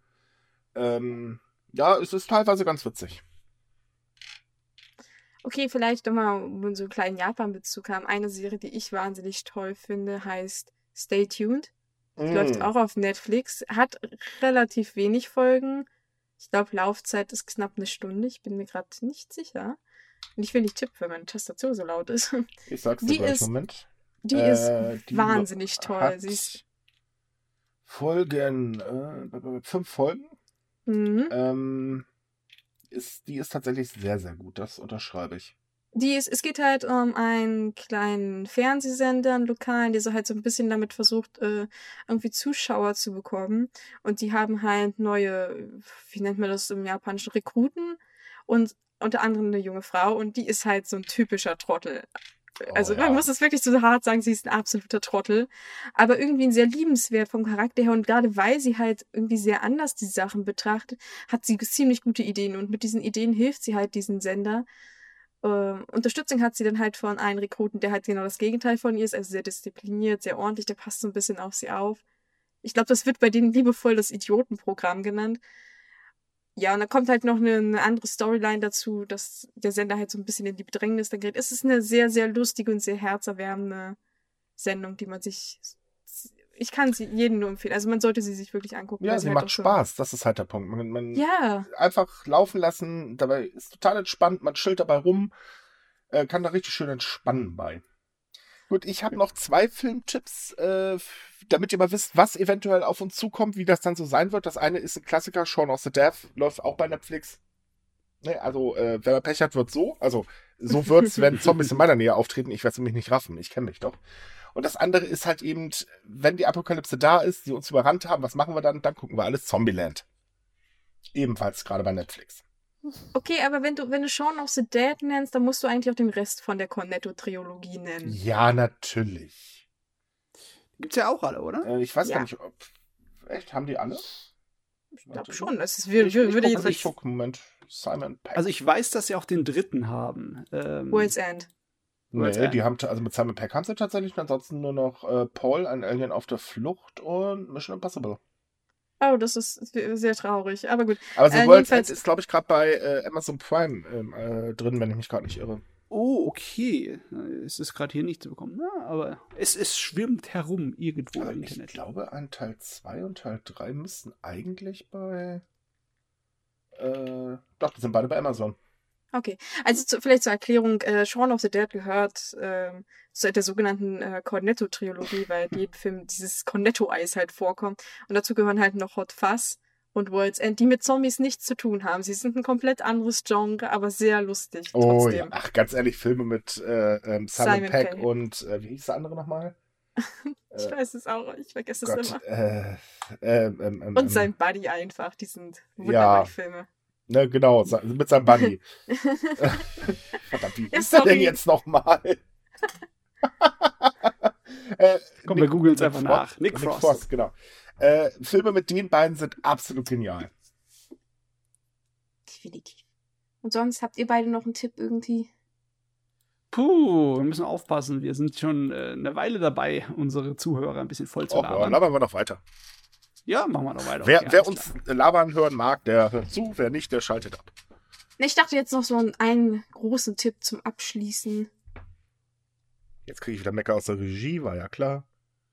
ähm, ja, es ist teilweise ganz witzig. Okay, vielleicht nochmal, um so einen kleinen Japan-Bezug haben. Eine Serie, die ich wahnsinnig toll finde, heißt Stay Tuned. Die läuft Mm. auch auf Netflix. Hat relativ wenig Folgen. Ich glaube, Laufzeit ist knapp eine Stunde. Ich bin mir gerade nicht sicher. Und ich will nicht tippen, wenn meine Tastatur so laut ist. Ich sag's dir Die gleich, ist- Moment. Die Äh, ist die wahnsinnig toll. hat Sie ist, Folgen, äh, fünf Folgen. mhm. Ähm, ist, die ist tatsächlich sehr, sehr gut. Das unterschreibe ich. Die ist, es geht halt um einen kleinen Fernsehsender, einen lokalen, der so halt so ein bisschen damit versucht, äh, irgendwie Zuschauer zu bekommen. Und die haben halt neue, wie nennt man das im Japanischen, Rekruten und unter anderem eine junge Frau und die ist halt so ein typischer Trottel. Also Oh, ja. man muss es wirklich so hart sagen, sie ist ein absoluter Trottel, aber irgendwie ein sehr liebenswert vom Charakter her und gerade weil sie halt irgendwie sehr anders die Sachen betrachtet, hat sie ziemlich gute Ideen und mit diesen Ideen hilft sie halt diesen Sender. Ähm, Unterstützung hat sie dann halt von einem Rekruten, der halt genau das Gegenteil von ihr ist, also sehr diszipliniert, sehr ordentlich, der passt so ein bisschen auf sie auf. Ich glaube, das wird bei denen liebevoll das Idiotenprogramm genannt. Ja, und dann kommt halt noch eine, eine andere Storyline dazu, dass der Sender halt so ein bisschen in die Bedrängnis dann gerät. Es ist eine sehr, sehr lustige und sehr herzerwärmende Sendung, die man sich. Ich kann sie jedem nur empfehlen. Also man sollte sie sich wirklich angucken. Ja, weil sie halt macht auch so- Spaß. Das ist halt der Punkt. Man, man Ja, einfach laufen lassen. Dabei ist total entspannt. Man chillt dabei rum. Äh, kann da richtig schön entspannen bei. Gut, ich habe noch zwei Filmtipps, äh, f- damit ihr mal wisst, was eventuell auf uns zukommt, wie das dann so sein wird. Das eine ist ein Klassiker, Shaun of the Dead, läuft auch bei Netflix. Ne, also, äh, wenn man Pech hat, wird so. Also, so wird's, wenn Zombies in meiner Nähe auftreten. Ich werde mich nicht raffen. Ich kenne mich doch. Und das andere ist halt eben, wenn die Apokalypse da ist, die uns überrannt haben, was machen wir dann? Dann gucken wir alles Zombieland. Ebenfalls gerade bei Netflix. okay, aber wenn du, wenn du Shaun of the Dead nennst, dann musst du eigentlich auch den Rest von der Cornetto-Trilogie nennen. Ja, natürlich. Gibt's ja auch alle, oder? Äh, ich weiß Ja. gar nicht, ob. Echt, haben die alle? Ich glaube schon. Das ist, würde, Ich, ich, würde guck, jetzt ich guck, Moment. Simon Pegg. Also ich weiß, dass sie auch den dritten haben. Ähm, World's End. World's Nee, End. die haben, ta- also mit Simon Pegg haben sie tatsächlich ansonsten nur noch äh, Paul, ein Alien auf der Flucht und Mission Impossible. Oh, das ist sehr traurig, aber gut. Aber The Äh, World's jedenfalls- End ist, glaube ich, gerade bei äh, Amazon Prime ähm, äh, drin, wenn ich mich gerade nicht irre. Oh, okay. Es ist gerade hier nicht zu bekommen. Na, aber es, es schwimmt herum irgendwo Aber im ich Internet. glaube, an Teil zwei und Teil drei müssten eigentlich bei. Äh, doch, die sind beide bei Amazon. Okay, also zu, vielleicht zur Erklärung, äh, Shaun of the Dead gehört ähm, zu der sogenannten äh, Cornetto-Trilogie, weil in jedem Film dieses Cornetto-Eis halt vorkommt. Und dazu gehören halt noch Hot Fuzz und World's End, die mit Zombies nichts zu tun haben. Sie sind ein komplett anderes Genre, aber sehr lustig Oh trotzdem. ja, ach, ganz ehrlich, Filme mit äh, ähm, Simon, Simon Pegg Pegg. und äh, wie hieß der andere nochmal? Ich Äh, weiß es auch, ich vergesse es Gott, immer. äh, ähm, ähm, ähm, Und sein Buddy einfach, die sind wunderbar, Ja. die Filme. Ne, genau, sa- mit seinem Buddy. Verdammt, wie Ja, ist der denn sorry. jetzt nochmal? äh, Komm, wir googeln es Nick einfach Frost- nach. Nick Frost. genau. Äh, Filme mit den beiden sind absolut genial. Definitiv. Und sonst habt ihr beide noch einen Tipp irgendwie? Puh, wir müssen aufpassen. Wir sind schon äh, eine Weile dabei, unsere Zuhörer ein bisschen voll zu Oh, ja, labern. labern wir noch weiter. Ja, machen wir noch weiter. Wer, Okay, wer alles uns klar. labern hören mag, der hört zu. Wer nicht, der schaltet ab. Ne, Ich dachte jetzt noch so einen, einen großen Tipp zum Abschließen. Jetzt kriege ich wieder Mecker aus der Regie, war ja klar.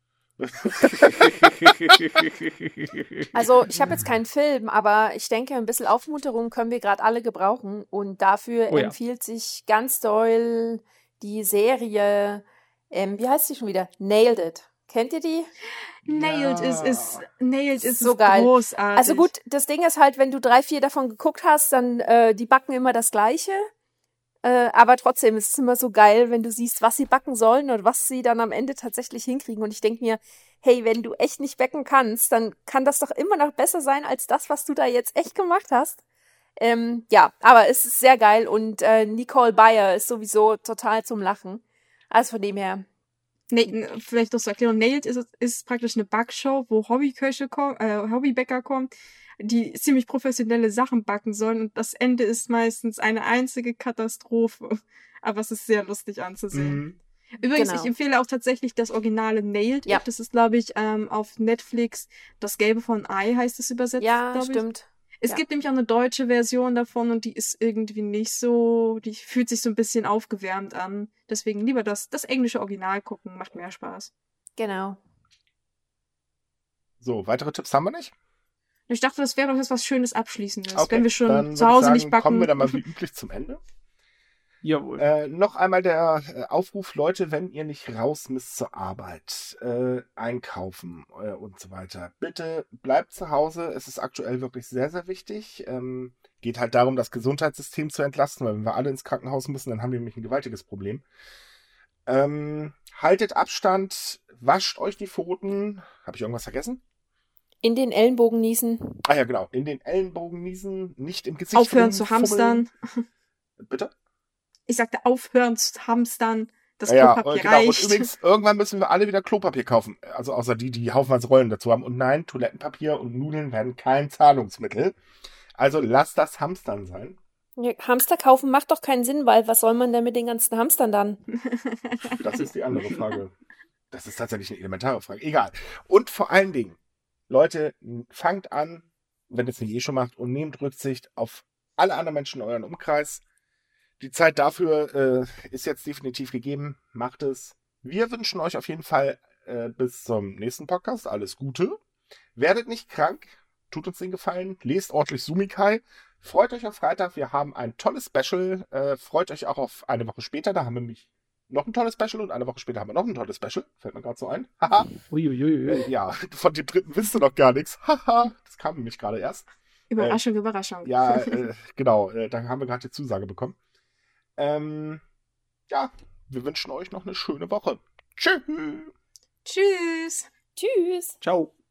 Also, ich habe jetzt keinen Film, aber ich denke, ein bisschen Aufmunterung können wir gerade alle gebrauchen. Und dafür Oh ja. empfiehlt sich ganz doll die Serie, ähm, wie heißt die schon wieder? Nailed It. Kennt ihr die? Nailed Ja. ist, ist, Nailed ist, So ist geil. großartig. Also gut, das Ding ist halt, wenn du drei, vier davon geguckt hast, dann äh, die backen immer das Gleiche. Äh, aber trotzdem ist es immer so geil, wenn du siehst, was sie backen sollen und was sie dann am Ende tatsächlich hinkriegen. Und ich denke mir, hey, wenn du echt nicht backen kannst, dann kann das doch immer noch besser sein als das, was du da jetzt echt gemacht hast. Ähm, ja, aber es ist sehr geil und äh, Nicole Byer ist sowieso total zum Lachen. Also von dem her. Nee, n- vielleicht noch zur Erklärung. Nailed ist, ist praktisch eine Backshow, wo Hobbyköche kommen, äh, Hobbybäcker kommen, die ziemlich professionelle Sachen backen sollen. Und das Ende ist meistens eine einzige Katastrophe. Aber es ist sehr lustig anzusehen. Mhm. Übrigens, Genau. ich empfehle auch tatsächlich das originale Nailed Ja. It. Das ist, glaube ich, ähm, auf Netflix Das Gelbe von Ei heißt es übersetzt, Ja, glaube ich. stimmt. Es Ja. gibt nämlich auch eine deutsche Version davon und die ist irgendwie nicht so, die fühlt sich so ein bisschen aufgewärmt an. Deswegen lieber das, das englische Original gucken, macht mehr Spaß. Genau. So, weitere Tipps haben wir nicht? Ich dachte, das wäre doch jetzt was Schönes Abschließendes, Okay, wenn wir schon dann zu würde ich Hause sagen, nicht backen. kommen wir dann mal wie üblich zum Ende. Jawohl. Äh, noch einmal der äh, Aufruf, Leute, wenn ihr nicht raus müsst zur Arbeit, äh, einkaufen äh, und so weiter, bitte bleibt zu Hause. Es ist aktuell wirklich sehr, sehr wichtig. Ähm, geht halt darum, das Gesundheitssystem zu entlasten, weil wenn wir alle ins Krankenhaus müssen, dann haben wir nämlich ein gewaltiges Problem. Ähm, haltet Abstand, wascht euch die Pfoten. Habe ich irgendwas vergessen? In den Ellenbogen niesen. Ah ja, genau. In den Ellenbogen niesen, nicht im Gesicht Aufhören zu rumfummeln. hamstern. Bitte? Ich sagte, aufhören zu hamstern. Das Ja, Klopapier äh, genau. reicht. Und übrigens, irgendwann müssen wir alle wieder Klopapier kaufen. Also außer die, die haufenweise Rollen dazu haben. Und nein, Toilettenpapier und Nudeln werden kein Zahlungsmittel. Also lasst das Hamstern sein. Ja, Hamster kaufen macht doch keinen Sinn, weil was soll man denn mit den ganzen Hamstern dann? Das ist die andere Frage. Das ist tatsächlich eine elementare Frage. Egal. Und vor allen Dingen, Leute, fangt an, wenn ihr es nicht eh schon macht, und nehmt Rücksicht auf alle anderen Menschen in euren Umkreis. Die Zeit dafür äh, ist jetzt definitiv gegeben. Macht es. Wir wünschen euch auf jeden Fall äh, bis zum nächsten Podcast alles Gute. Werdet nicht krank. Tut uns den Gefallen. Lest ordentlich Sumikai. Freut euch auf Freitag. Wir haben ein tolles Special. Äh, freut euch auch auf eine Woche später. Da haben wir nämlich noch ein tolles Special und eine Woche später haben wir noch ein tolles Special. Fällt mir gerade so ein. Haha. Uiuiui. Ja, von dem dritten wisst ihr noch gar nichts. Haha. Das kam nämlich gerade erst. Überraschung, Überraschung. Ja, äh, genau. Äh, da haben wir gerade die Zusage bekommen. Ähm, ja, wir wünschen euch noch eine schöne Woche. Tschüss. Tschüss. Tschüss. Ciao.